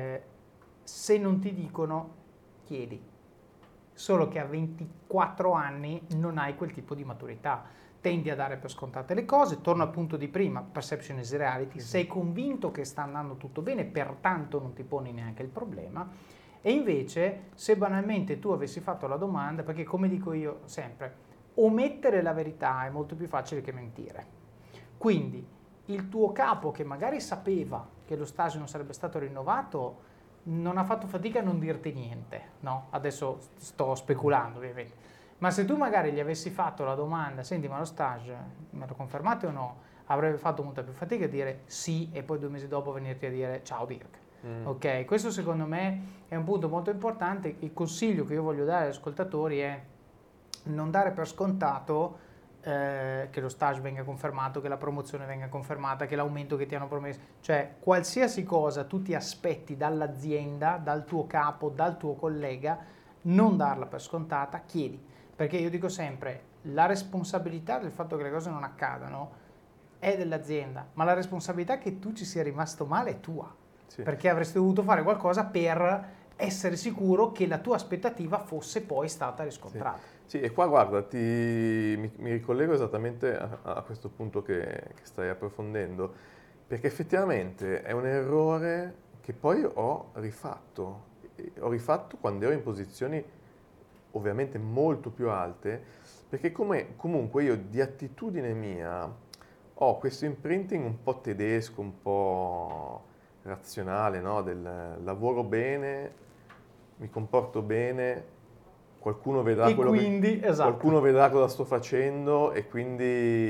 se non ti dicono, chiedi. Solo che a 24 anni non hai quel tipo di maturità. Tendi a dare per scontate le cose, torno al punto di prima, perception is reality, sei convinto che sta andando tutto bene, pertanto non ti poni neanche il problema, e invece se banalmente tu avessi fatto la domanda, perché come dico io sempre, omettere la verità è molto più facile che mentire. Quindi il tuo capo che magari sapeva che lo stage non sarebbe stato rinnovato, non ha fatto fatica a non dirti niente, no? Adesso sto speculando ovviamente. Ma se tu magari gli avessi fatto la domanda, senti ma lo stage me lo confermate o no? Avrebbe fatto molta più fatica a dire sì e poi 2 mesi dopo venirti a dire ciao Dirk. Ok, questo secondo me è un punto molto importante. Il consiglio che io voglio dare agli ascoltatori è non dare per scontato che lo stage venga confermato, che la promozione venga confermata, che l'aumento che ti hanno promesso, cioè qualsiasi cosa tu ti aspetti dall'azienda, dal tuo capo, dal tuo collega, non darla per scontata, chiedi, perché io dico sempre, la responsabilità del fatto che le cose non accadano è dell'azienda, ma la responsabilità che tu ci sia rimasto male è tua, Sì. perché avresti dovuto fare qualcosa per essere sicuro che la tua aspettativa fosse poi stata riscontrata. Sì, e qua guarda, mi ricollego esattamente a questo punto che stai approfondendo, perché effettivamente è un errore che poi ho rifatto. Ho rifatto quando ero in posizioni ovviamente molto più alte, perché comunque io di attitudine mia ho questo imprinting un po' tedesco, un po' razionale, no? Del lavoro bene, mi comporto bene, qualcuno vedrà E quindi, esatto. qualcuno vedrà cosa sto facendo e quindi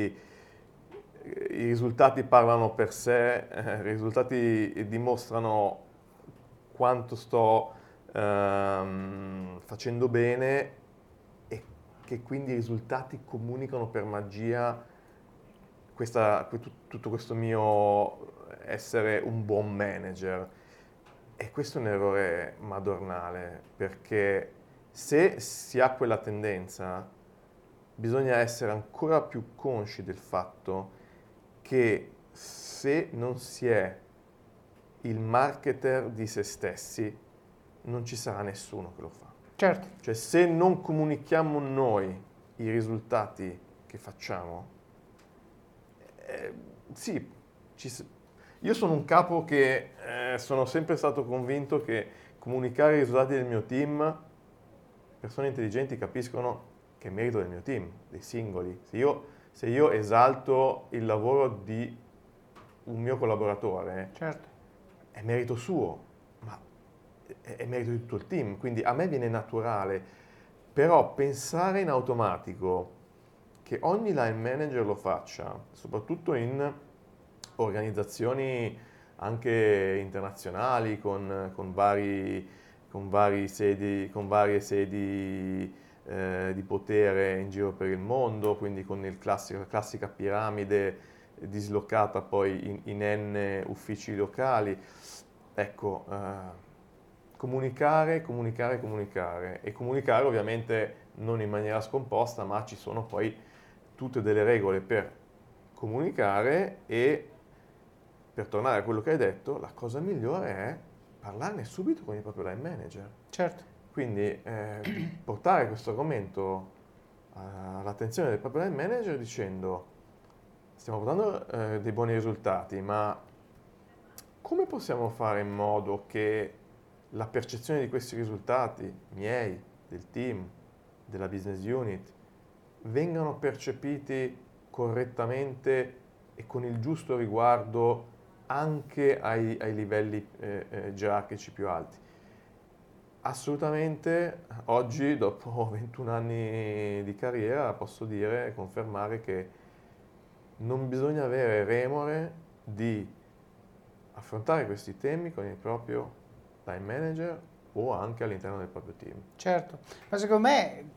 i risultati parlano per sé, i risultati dimostrano quanto sto facendo bene e che quindi i risultati comunicano per magia tutto questo mio essere un buon manager. E questo è un errore madornale, perché se si ha quella tendenza, bisogna essere ancora più consci del fatto che se non si è il marketer di se stessi, non ci sarà nessuno che lo fa. Certo. Cioè, se non comunichiamo noi i risultati che facciamo, sì, io sono un capo che sono sempre stato convinto che comunicare i risultati del mio team, persone intelligenti capiscono, che è merito del mio team, dei singoli. Se io esalto il lavoro di un mio collaboratore, Certo. è merito suo, ma è merito di tutto il team, quindi a me viene naturale, però pensare in automatico che ogni line manager lo faccia, soprattutto in organizzazioni anche internazionali con varie sedi di potere in giro per il mondo, quindi con la classica piramide dislocata poi in N uffici locali. Ecco, comunicare e comunicare ovviamente non in maniera scomposta, ma ci sono poi tutte delle regole per comunicare e per tornare a quello che hai detto, la cosa migliore è parlarne subito con il proprio line manager. Certo. Quindi portare questo argomento all'attenzione del proprio line manager dicendo stiamo portando dei buoni risultati, ma come possiamo fare in modo che la percezione di questi risultati, miei, del team, della business unit, vengano percepiti correttamente e con il giusto riguardo anche ai livelli gerarchici più alti? Assolutamente, oggi, dopo 21 anni di carriera, posso dire e confermare che non bisogna avere remore di affrontare questi temi con il proprio line manager o anche all'interno del proprio team. Certo, ma secondo me,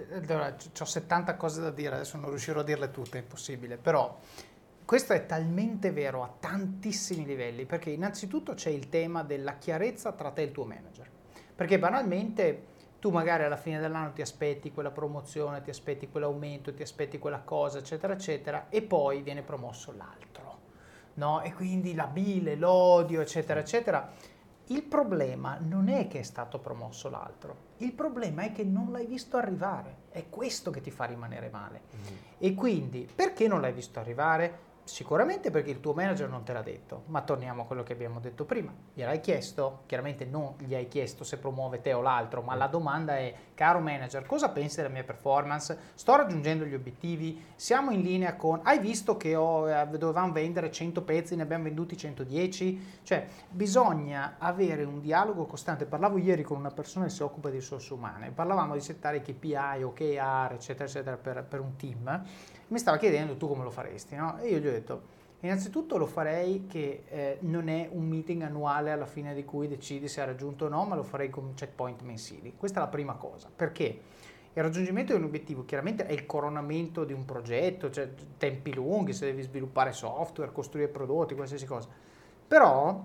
ho 70 cose da dire, adesso non riuscirò a dirle tutte, è impossibile, però questo è talmente vero a tantissimi livelli, perché innanzitutto c'è il tema della chiarezza tra te e il tuo manager, perché banalmente tu magari alla fine dell'anno ti aspetti quella promozione, ti aspetti quell'aumento, ti aspetti quella cosa, eccetera, eccetera, e poi viene promosso l'altro, no? E quindi la bile, l'odio, eccetera, eccetera. Il problema non è che è stato promosso l'altro, il problema è che non l'hai visto arrivare, è questo che ti fa rimanere male. E quindi, perché non l'hai visto arrivare? Sicuramente perché il tuo manager non te l'ha detto, ma torniamo a quello che abbiamo detto prima. Gliel'hai chiesto? Chiaramente non gli hai chiesto se promuove te o l'altro, ma la domanda è, caro manager, cosa pensi della mia performance? Sto raggiungendo gli obiettivi? Siamo in linea con... Hai visto che dovevamo vendere 100 pezzi, ne abbiamo venduti 110? Cioè, bisogna avere un dialogo costante. Parlavo ieri con una persona che si occupa di risorse umane, parlavamo di settare KPI, OKR, eccetera, eccetera, per un team. Mi stava chiedendo tu come lo faresti, no? E io gli ho detto, innanzitutto lo farei che non è un meeting annuale alla fine di cui decidi se ha raggiunto o no, ma lo farei con checkpoint mensili. Questa è la prima cosa, perché il raggiungimento di un obiettivo chiaramente è il coronamento di un progetto, cioè tempi lunghi, se devi sviluppare software, costruire prodotti, qualsiasi cosa. Però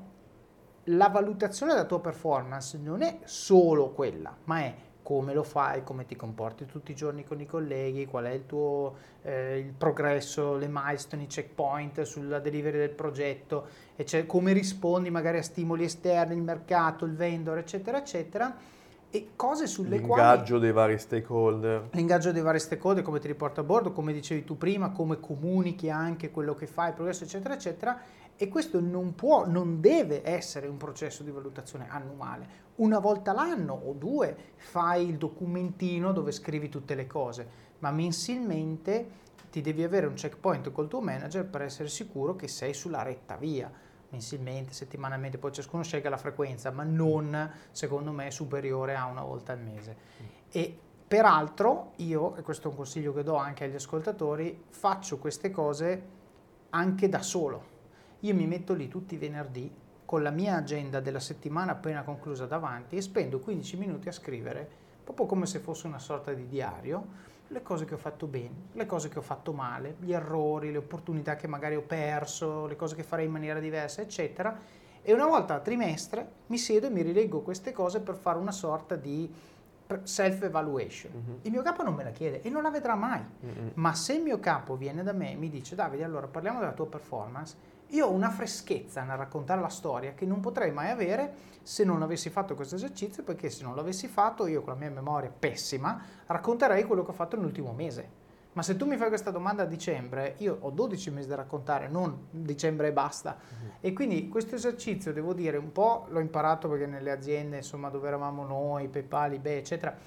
la valutazione della tua performance non è solo quella, ma è come lo fai, come ti comporti tutti i giorni con i colleghi, qual è il tuo il progresso, le milestone, i checkpoint sulla delivery del progetto, come rispondi magari a stimoli esterni, il mercato, il vendor, eccetera, eccetera, e cose sulle quali... L'ingaggio dei vari stakeholder. L'ingaggio dei vari stakeholder, come ti riporta a bordo, come dicevi tu prima, come comunichi anche quello che fai, il progresso, eccetera, eccetera. E questo non deve essere un processo di valutazione annuale. Una volta l'anno o due fai il documentino dove scrivi tutte le cose, ma mensilmente ti devi avere un checkpoint col tuo manager per essere sicuro che sei sulla retta via. Mensilmente, settimanalmente, poi ciascuno sceglie la frequenza, ma non, secondo me, superiore a una volta al mese. E peraltro io, e questo è un consiglio che do anche agli ascoltatori, faccio queste cose anche da solo. Io mi metto lì tutti i venerdì con la mia agenda della settimana appena conclusa davanti e spendo 15 minuti a scrivere, proprio come se fosse una sorta di diario, le cose che ho fatto bene, le cose che ho fatto male, gli errori, le opportunità che magari ho perso, le cose che farei in maniera diversa, eccetera. E una volta a trimestre mi siedo e mi rileggo queste cose per fare una sorta di self-evaluation. Il mio capo non me la chiede e non la vedrà mai, ma se il mio capo viene da me e mi dice Davide, allora parliamo della tua performance, io ho una freschezza nel raccontare la storia che non potrei mai avere se non avessi fatto questo esercizio, perché se non l'avessi fatto io con la mia memoria pessima racconterei quello che ho fatto nell'ultimo mese. Ma se tu mi fai questa domanda a dicembre, io ho 12 mesi da raccontare, non dicembre e basta. E quindi questo esercizio, devo dire, un po' l'ho imparato perché nelle aziende, insomma, dove eravamo noi, PayPal, eBay, eccetera,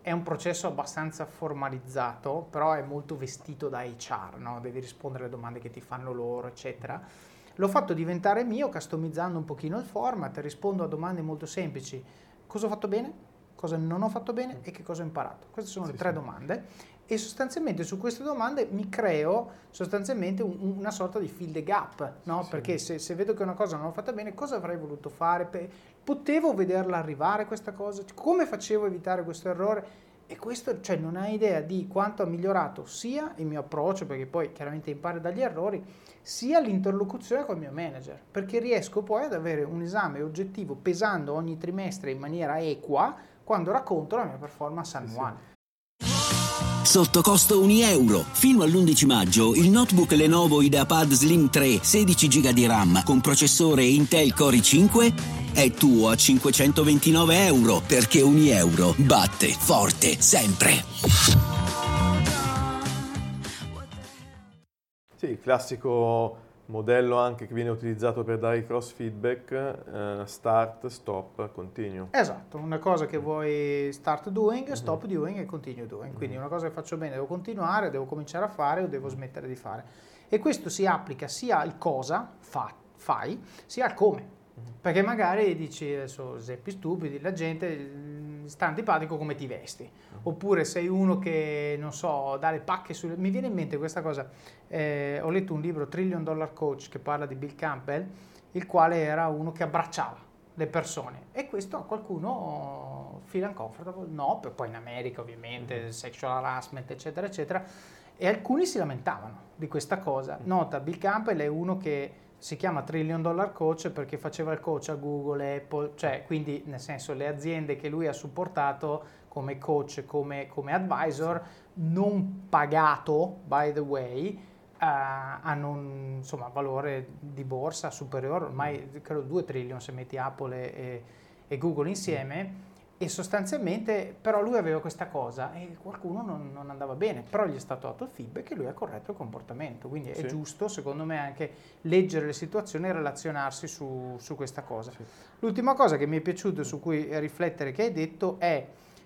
è un processo abbastanza formalizzato, però è molto vestito da HR, no? Devi rispondere alle domande che ti fanno loro, eccetera. L'ho fatto diventare mio, customizzando un pochino il format, rispondo a domande molto semplici. Cosa ho fatto bene? Cosa non ho fatto bene? E che cosa ho imparato? Queste sono le tre domande. E sostanzialmente su queste domande mi creo sostanzialmente una sorta di fill the gap, no? Perché se vedo che una cosa non l'ho fatta bene, cosa avrei voluto fare? Potevo vederla arrivare questa cosa? Come facevo a evitare questo errore? E questo, cioè, non hai idea di quanto ha migliorato sia il mio approccio, perché poi chiaramente impari dagli errori, sia l'interlocuzione col mio manager, perché riesco poi ad avere un esame oggettivo pesando ogni trimestre in maniera equa quando racconto la mia performance annuale. Sotto costo €1. Fino all'11 maggio il notebook Lenovo IdeaPad Slim 3 16 GB di RAM con processore Intel Core i5 è tuo a €529, perché €1 batte forte sempre. Sì, il classico modello anche che viene utilizzato per dare i cross feedback, start, stop, continue. Esatto, una cosa che vuoi start doing, stop doing e continue doing. Quindi una cosa che faccio bene devo continuare, devo cominciare a fare o devo smettere di fare. E questo si applica sia al cosa fai, sia al come. Perché magari dici, adesso esempi stupidi, la gente sta antipatico come ti vesti. Oppure sei uno che, non so, dà le pacche sulle... Mi viene in mente questa cosa, ho letto un libro, Trillion Dollar Coach, che parla di Bill Campbell, il quale era uno che abbracciava le persone, e questo a qualcuno feel uncomfortable, no, poi in America ovviamente sexual harassment eccetera eccetera, e alcuni si lamentavano di questa cosa. Nota, Bill Campbell è uno che si chiama Trillion Dollar Coach perché faceva il coach a Google, Apple, cioè quindi nel senso le aziende che lui ha supportato come coach, come advisor, non pagato by the way, hanno un insomma, valore di borsa superiore, ormai credo 2 trillion se metti Apple e Google insieme, e sostanzialmente però lui aveva questa cosa e qualcuno non andava bene, però gli è stato dato il feedback e lui ha corretto il comportamento, quindi è giusto secondo me anche leggere le situazioni e relazionarsi su questa cosa. L'ultima cosa che mi è piaciuto su cui riflettere che hai detto è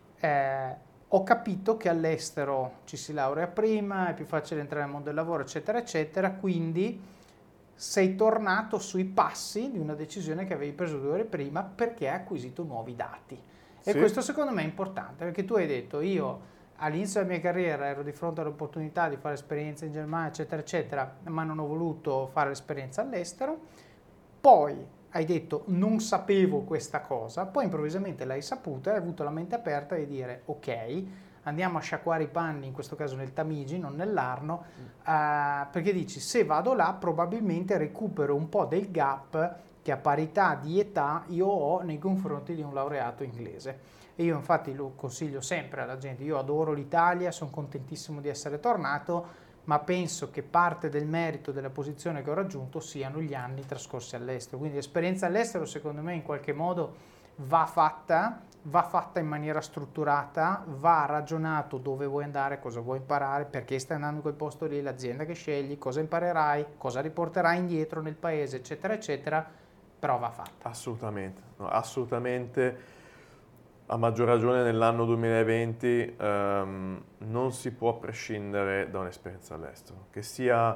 ho capito che all'estero ci si laurea prima, è più facile entrare nel mondo del lavoro, eccetera, eccetera, quindi sei tornato sui passi di una decisione che avevi preso 2 ore prima perché hai acquisito nuovi dati. E questo secondo me è importante, perché tu hai detto, io all'inizio della mia carriera ero di fronte all'opportunità di fare esperienza in Germania, eccetera, eccetera, ma non ho voluto fare l'esperienza all'estero. Poi hai detto non sapevo questa cosa, poi improvvisamente l'hai saputa e hai avuto la mente aperta di dire ok, andiamo a sciacquare i panni, in questo caso nel Tamigi, non nell'Arno, perché dici se vado là probabilmente recupero un po' del gap che a parità di età io ho nei confronti di un laureato inglese. E io infatti lo consiglio sempre alla gente, io adoro l'Italia, sono contentissimo di essere tornato, ma penso che parte del merito della posizione che ho raggiunto siano gli anni trascorsi all'estero. Quindi l'esperienza all'estero secondo me in qualche modo va fatta in maniera strutturata, va ragionato dove vuoi andare, cosa vuoi imparare, perché stai andando in quel posto lì, l'azienda che scegli, cosa imparerai, cosa riporterai indietro nel paese, eccetera, eccetera, però va fatta. Assolutamente, no, assolutamente. A maggior ragione nell'anno 2020 non si può prescindere da un'esperienza all'estero, che sia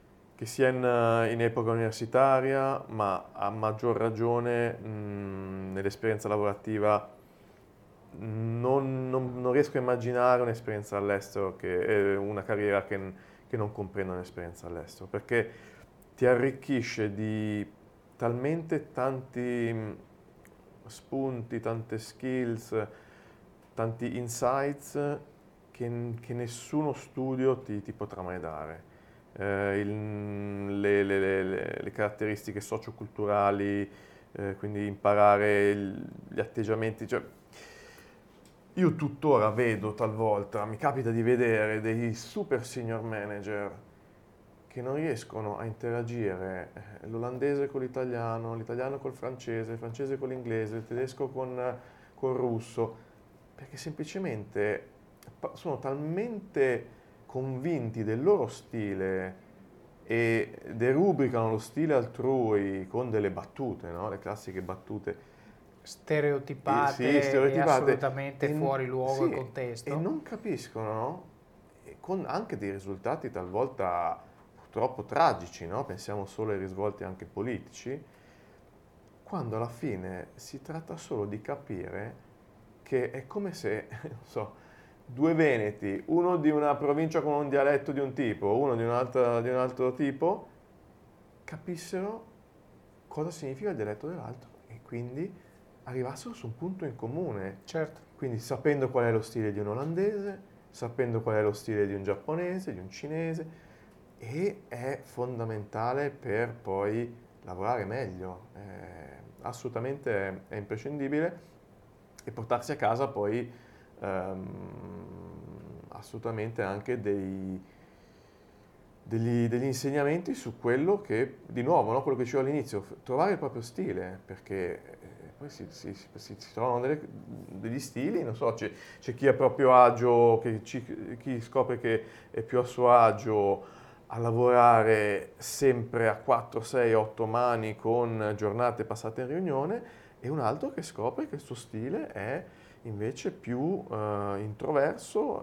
in epoca universitaria, ma a maggior ragione nell'esperienza lavorativa non riesco a immaginare un'esperienza all'estero, che è una carriera che non comprenda un'esperienza all'estero, perché ti arricchisce di talmente tanti spunti, tante skills, tanti insights che nessuno studio ti potrà mai dare. Le caratteristiche socioculturali, quindi imparare gli atteggiamenti. Cioè, io tuttora vedo talvolta, mi capita di vedere dei super senior manager che non riescono a interagire l'olandese con l'italiano col francese, il francese con l'inglese, il tedesco con il russo, perché semplicemente sono talmente convinti del loro stile e derubricano lo stile altrui con delle battute, no? Le classiche battute, stereotipate, sì, stereotipate e assolutamente fuori luogo e contesto. E non capiscono, e con anche dei risultati talvolta purtroppo tragici, no? Pensiamo solo ai risvolti anche politici, quando alla fine si tratta solo di capire che è come se, non so, due veneti, uno di una provincia con un dialetto di un tipo, uno di un altro tipo, capissero cosa significa il dialetto dell'altro e quindi arrivassero su un punto in comune. Certo. Quindi sapendo qual è lo stile di un olandese, sapendo qual è lo stile di un giapponese, di un cinese, e è fondamentale per poi lavorare meglio. Assolutamente è imprescindibile e portarsi a casa poi assolutamente anche degli insegnamenti su quello che, di nuovo, no? Quello che dicevo all'inizio, trovare il proprio stile, perché poi si trovano degli stili, non so, c'è chi è a proprio agio, chi scopre che è più a suo agio a lavorare sempre a 4, 6, 8 mani con giornate passate in riunione e un altro che scopre che il suo stile è invece più introverso,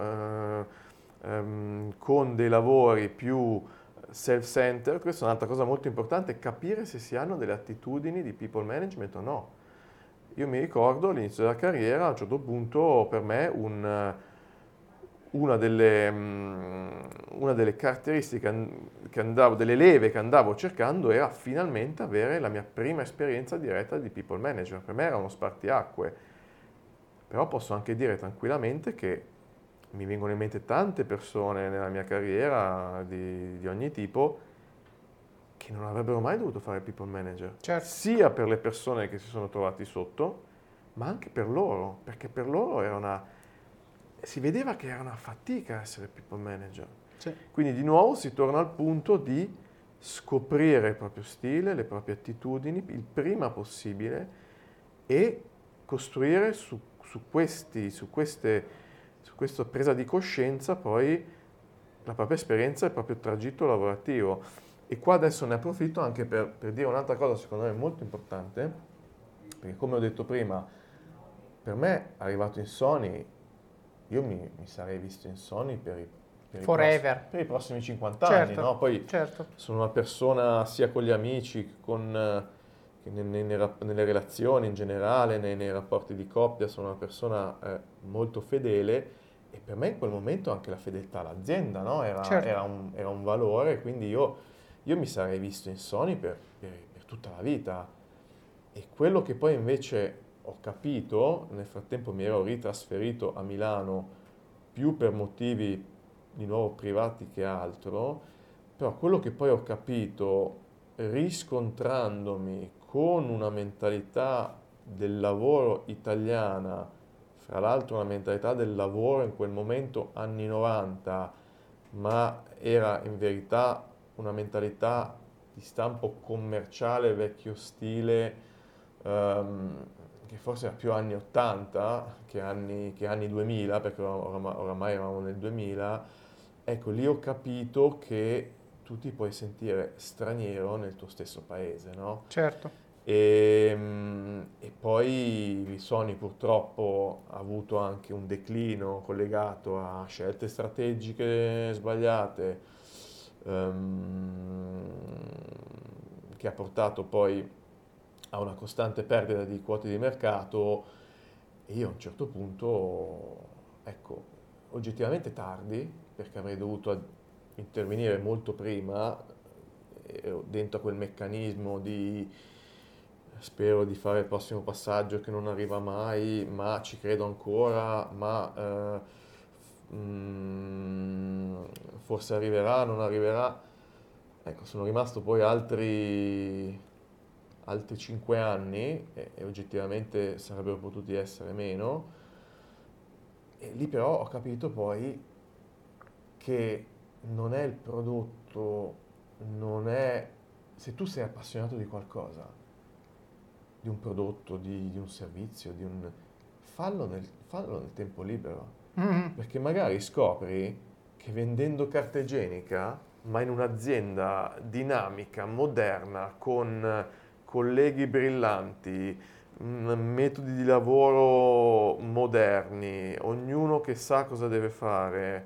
con dei lavori più self-centered. Questa è un'altra cosa molto importante, capire se si hanno delle attitudini di people management o no. Io mi ricordo all'inizio della carriera, a un certo punto per me una delle caratteristiche delle leve che andavo cercando era finalmente avere la mia prima esperienza diretta di people manager. Per me era uno spartiacque, però posso anche dire tranquillamente che mi vengono in mente tante persone nella mia carriera di ogni tipo che non avrebbero mai dovuto fare people manager, Certo. sia per le persone che si sono trovati sotto, ma anche per loro, perché per loro si vedeva che era una fatica essere people manager. Sì. Quindi di nuovo si torna al punto di scoprire il proprio stile, le proprie attitudini il prima possibile e costruire su questa presa di coscienza poi la propria esperienza e il proprio tragitto lavorativo. E qua adesso ne approfitto anche per dire un'altra cosa secondo me molto importante, perché come ho detto prima, per me arrivato in Sony, io mi sarei visto in Sony per i prossimi 50 anni, Certo, no? Poi certo. sono una persona sia con gli amici che nelle relazioni in generale, nei rapporti di coppia, sono una persona molto fedele e per me in quel momento anche la fedeltà all'azienda, no? Certo. Era un valore, quindi io mi sarei visto in Sony per tutta la vita. E quello che poi invece ho capito, nel frattempo mi ero ritrasferito a Milano più per motivi di nuovo privati che altro, però quello che poi ho capito riscontrandomi con una mentalità del lavoro italiana, fra l'altro una mentalità del lavoro in quel momento anni 90, ma era in verità una mentalità di stampo commerciale, vecchio stile, che forse era più anni 80 che anni 2000, perché oramai eravamo nel 2000, ecco, lì ho capito che tu ti puoi sentire straniero nel tuo stesso paese, no? Certo. E poi Sony purtroppo ha avuto anche un declino collegato a scelte strategiche sbagliate, che ha portato poi a una costante perdita di quote di mercato e io a un certo punto, ecco, oggettivamente tardi, perché avrei dovuto intervenire molto prima, ero dentro a quel meccanismo di spero di fare il prossimo passaggio che non arriva mai, ma ci credo ancora, ma forse arriverà, non arriverà. Ecco, sono rimasto poi altri 5 anni e oggettivamente sarebbero potuti essere meno. E lì però ho capito poi che non è il prodotto, non è... Se tu sei appassionato di qualcosa, di un prodotto, di un servizio, fallo nel tempo libero. Mhm. Perché magari scopri che vendendo carta igienica, ma in un'azienda dinamica, moderna, con colleghi brillanti, metodi di lavoro moderni, ognuno che sa cosa deve fare,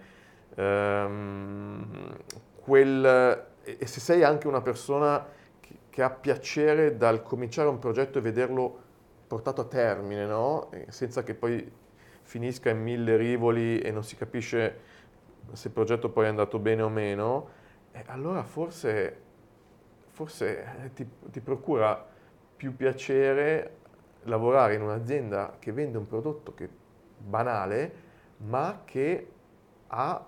e se sei anche una persona che ha piacere dal cominciare un progetto e vederlo portato a termine, no? Senza che poi finisca in 1000 rivoli e non si capisce se il progetto poi è andato bene o meno, allora forse ti procura più piacere lavorare in un'azienda che vende un prodotto che banale, ma che ha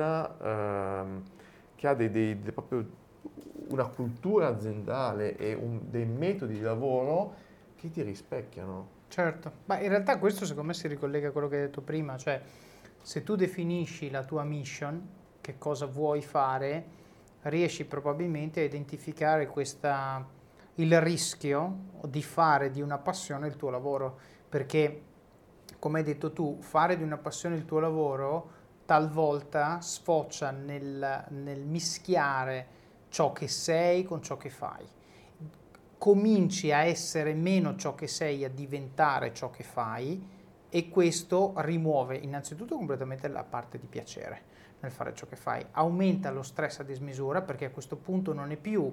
proprio una cultura aziendale e dei metodi di lavoro che ti rispecchiano. Certo, ma in realtà questo secondo me si ricollega a quello che hai detto prima, cioè se tu definisci la tua mission, che cosa vuoi fare, riesci probabilmente a identificare il rischio di fare di una passione il tuo lavoro, perché come hai detto tu, fare di una passione il tuo lavoro talvolta sfocia nel mischiare ciò che sei con ciò che fai. Cominci a essere meno ciò che sei, a diventare ciò che fai, e questo rimuove innanzitutto completamente la parte di piacere nel fare ciò che fai, aumenta lo stress a dismisura, perché a questo punto non è più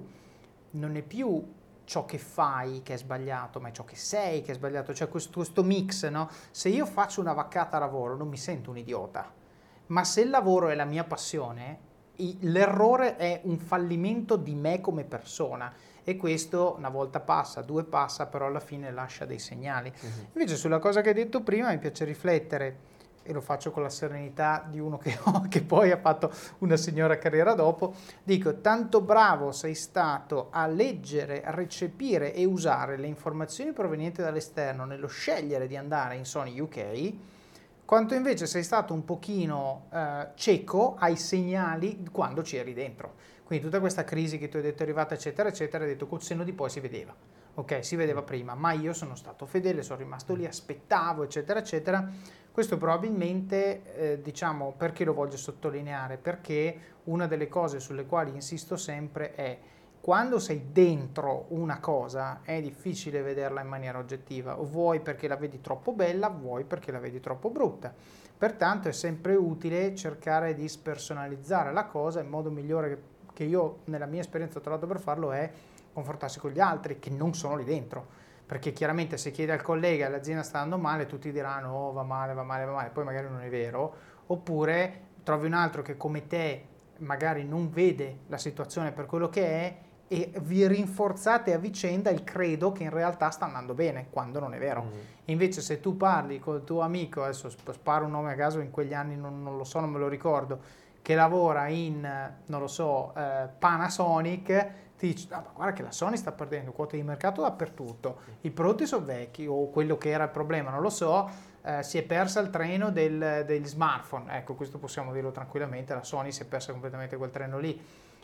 ciò che fai che è sbagliato, ma è ciò che sei che è sbagliato, cioè questo mix, no? Se io faccio una vaccata a lavoro non mi sento un idiota, ma se il lavoro è la mia passione, l'errore è un fallimento di me come persona, e questo una volta passa, due passa, però alla fine lascia dei segnali. Invece sulla cosa che hai detto prima mi piace riflettere, e lo faccio con la serenità di uno che poi ha fatto una signora carriera dopo, dico: tanto bravo sei stato a leggere, a recepire e usare le informazioni provenienti dall'esterno nello scegliere di andare in Sony UK, quanto invece sei stato un pochino cieco ai segnali quando c'eri dentro. Quindi tutta questa crisi che tu hai detto è arrivata, eccetera, eccetera, hai detto col senno di poi si vedeva. Ok, si vedeva prima, ma io sono stato fedele, sono rimasto lì, aspettavo, eccetera, eccetera. Questo probabilmente, diciamo, perché lo voglio sottolineare? Perché una delle cose sulle quali insisto sempre è: quando sei dentro una cosa è difficile vederla in maniera oggettiva, o vuoi perché la vedi troppo bella, vuoi perché la vedi troppo brutta. Pertanto è sempre utile cercare di spersonalizzare la cosa. Il modo migliore che io nella mia esperienza ho trovato per farlo è confrontarsi con gli altri che non sono lì dentro, perché chiaramente se chiedi al collega l'azienda sta andando male, tutti diranno oh, va male, va male, va male, poi magari non è vero, oppure trovi un altro che come te magari non vede la situazione per quello che è, e vi rinforzate a vicenda il credo che in realtà sta andando bene, quando non è vero. Invece se tu parli col tuo amico, adesso sparo un nome a caso, in quegli anni non lo so, non me lo ricordo, che lavora in, non lo so, Panasonic, ti dice: ah, ma guarda che la Sony sta perdendo quote di mercato dappertutto, i prodotti sono vecchi, o quello che era il problema, non lo so, si è persa il treno degli smartphone. Ecco, questo possiamo dirlo tranquillamente, la Sony si è persa completamente quel treno lì.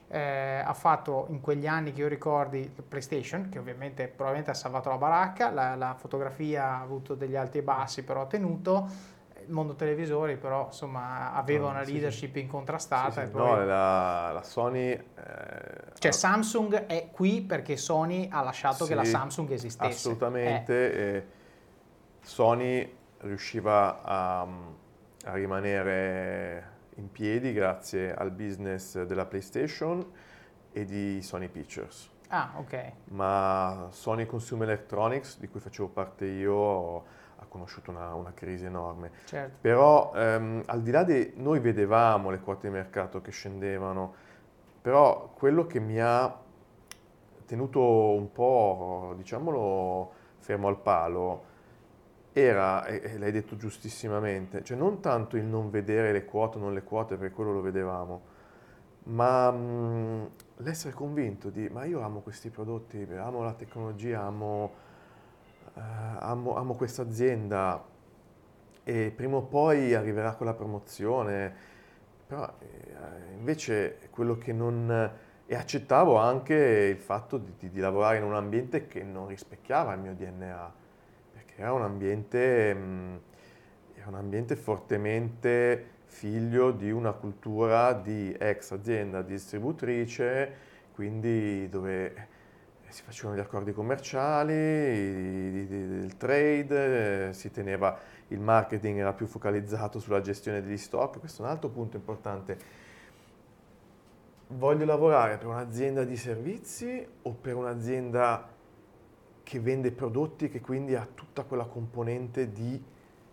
Ha fatto in quegli anni che io ricordi PlayStation, che ovviamente probabilmente ha salvato la baracca, la fotografia ha avuto degli alti e bassi, però ha tenuto. Il mondo televisori però insomma aveva una leadership incontrastata. Sì, E sì. poi No, la Sony... cioè Samsung è qui perché Sony ha lasciato che la Samsung esistesse. Assolutamente. Sony riusciva a rimanere in piedi grazie al business della PlayStation e di Sony Pictures. Ah, ok. Ma Sony Consumer Electronics, di cui facevo parte io, ha conosciuto una crisi enorme. Certo. Però al di là di noi vedevamo le quote di mercato che scendevano, però quello che mi ha tenuto un po', diciamolo, fermo al palo era, e l'hai detto giustissimamente, cioè non tanto il non vedere le quote o non le quote, perché quello lo vedevamo, ma l'essere convinto ma io amo questi prodotti, amo la tecnologia, amo questa azienda, e prima o poi arriverà quella promozione, però invece quello che non... E accettavo anche il fatto di lavorare in un ambiente che non rispecchiava il mio DNA, perché era un ambiente fortemente figlio di una cultura di ex azienda distributrice, quindi dove si facevano gli accordi commerciali, trade, si teneva, il marketing era più focalizzato sulla gestione degli stock. Questo è un altro punto importante. Voglio lavorare per un'azienda di servizi o per un'azienda che vende prodotti, che quindi ha tutta quella componente di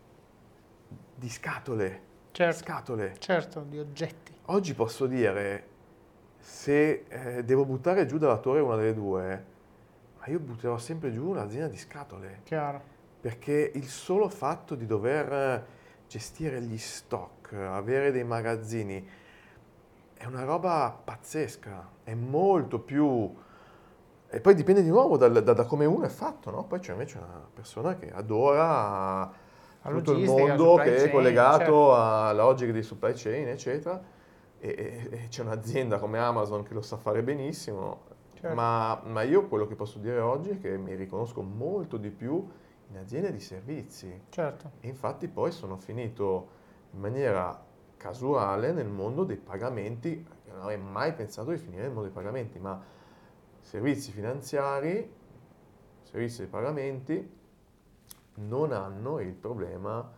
scatole? Scatole. Certo, di oggetti. Oggi posso dire, se devo buttare giù dalla torre una delle due, ma io butterò sempre giù un'azienda di scatole. Chiaro. Perché il solo fatto di dover gestire gli stock, avere dei magazzini, è una roba pazzesca, è molto più... E poi dipende di nuovo da come uno è fatto, no? Poi c'è invece una persona che adora tutto il mondo che è collegato, certo, alla logica di supply chain, eccetera, e c'è un'azienda come Amazon che lo sa fare benissimo, certo. Ma io quello che posso dire oggi è che mi riconosco molto di più in aziende di servizi. Certo. E infatti poi sono finito in maniera casuale nel mondo dei pagamenti. Io non avrei mai pensato di finire nel mondo dei pagamenti, ma servizi finanziari, servizi dei pagamenti non hanno il problema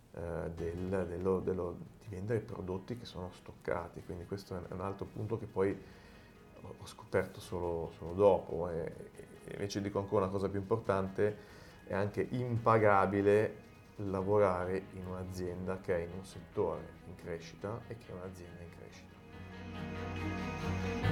di vendere prodotti che sono stoccati. Quindi questo è un altro punto che poi ho scoperto solo dopo. E invece dico ancora una cosa più importante: è anche impagabile lavorare in un'azienda che è in un settore in crescita e che è un'azienda in crescita.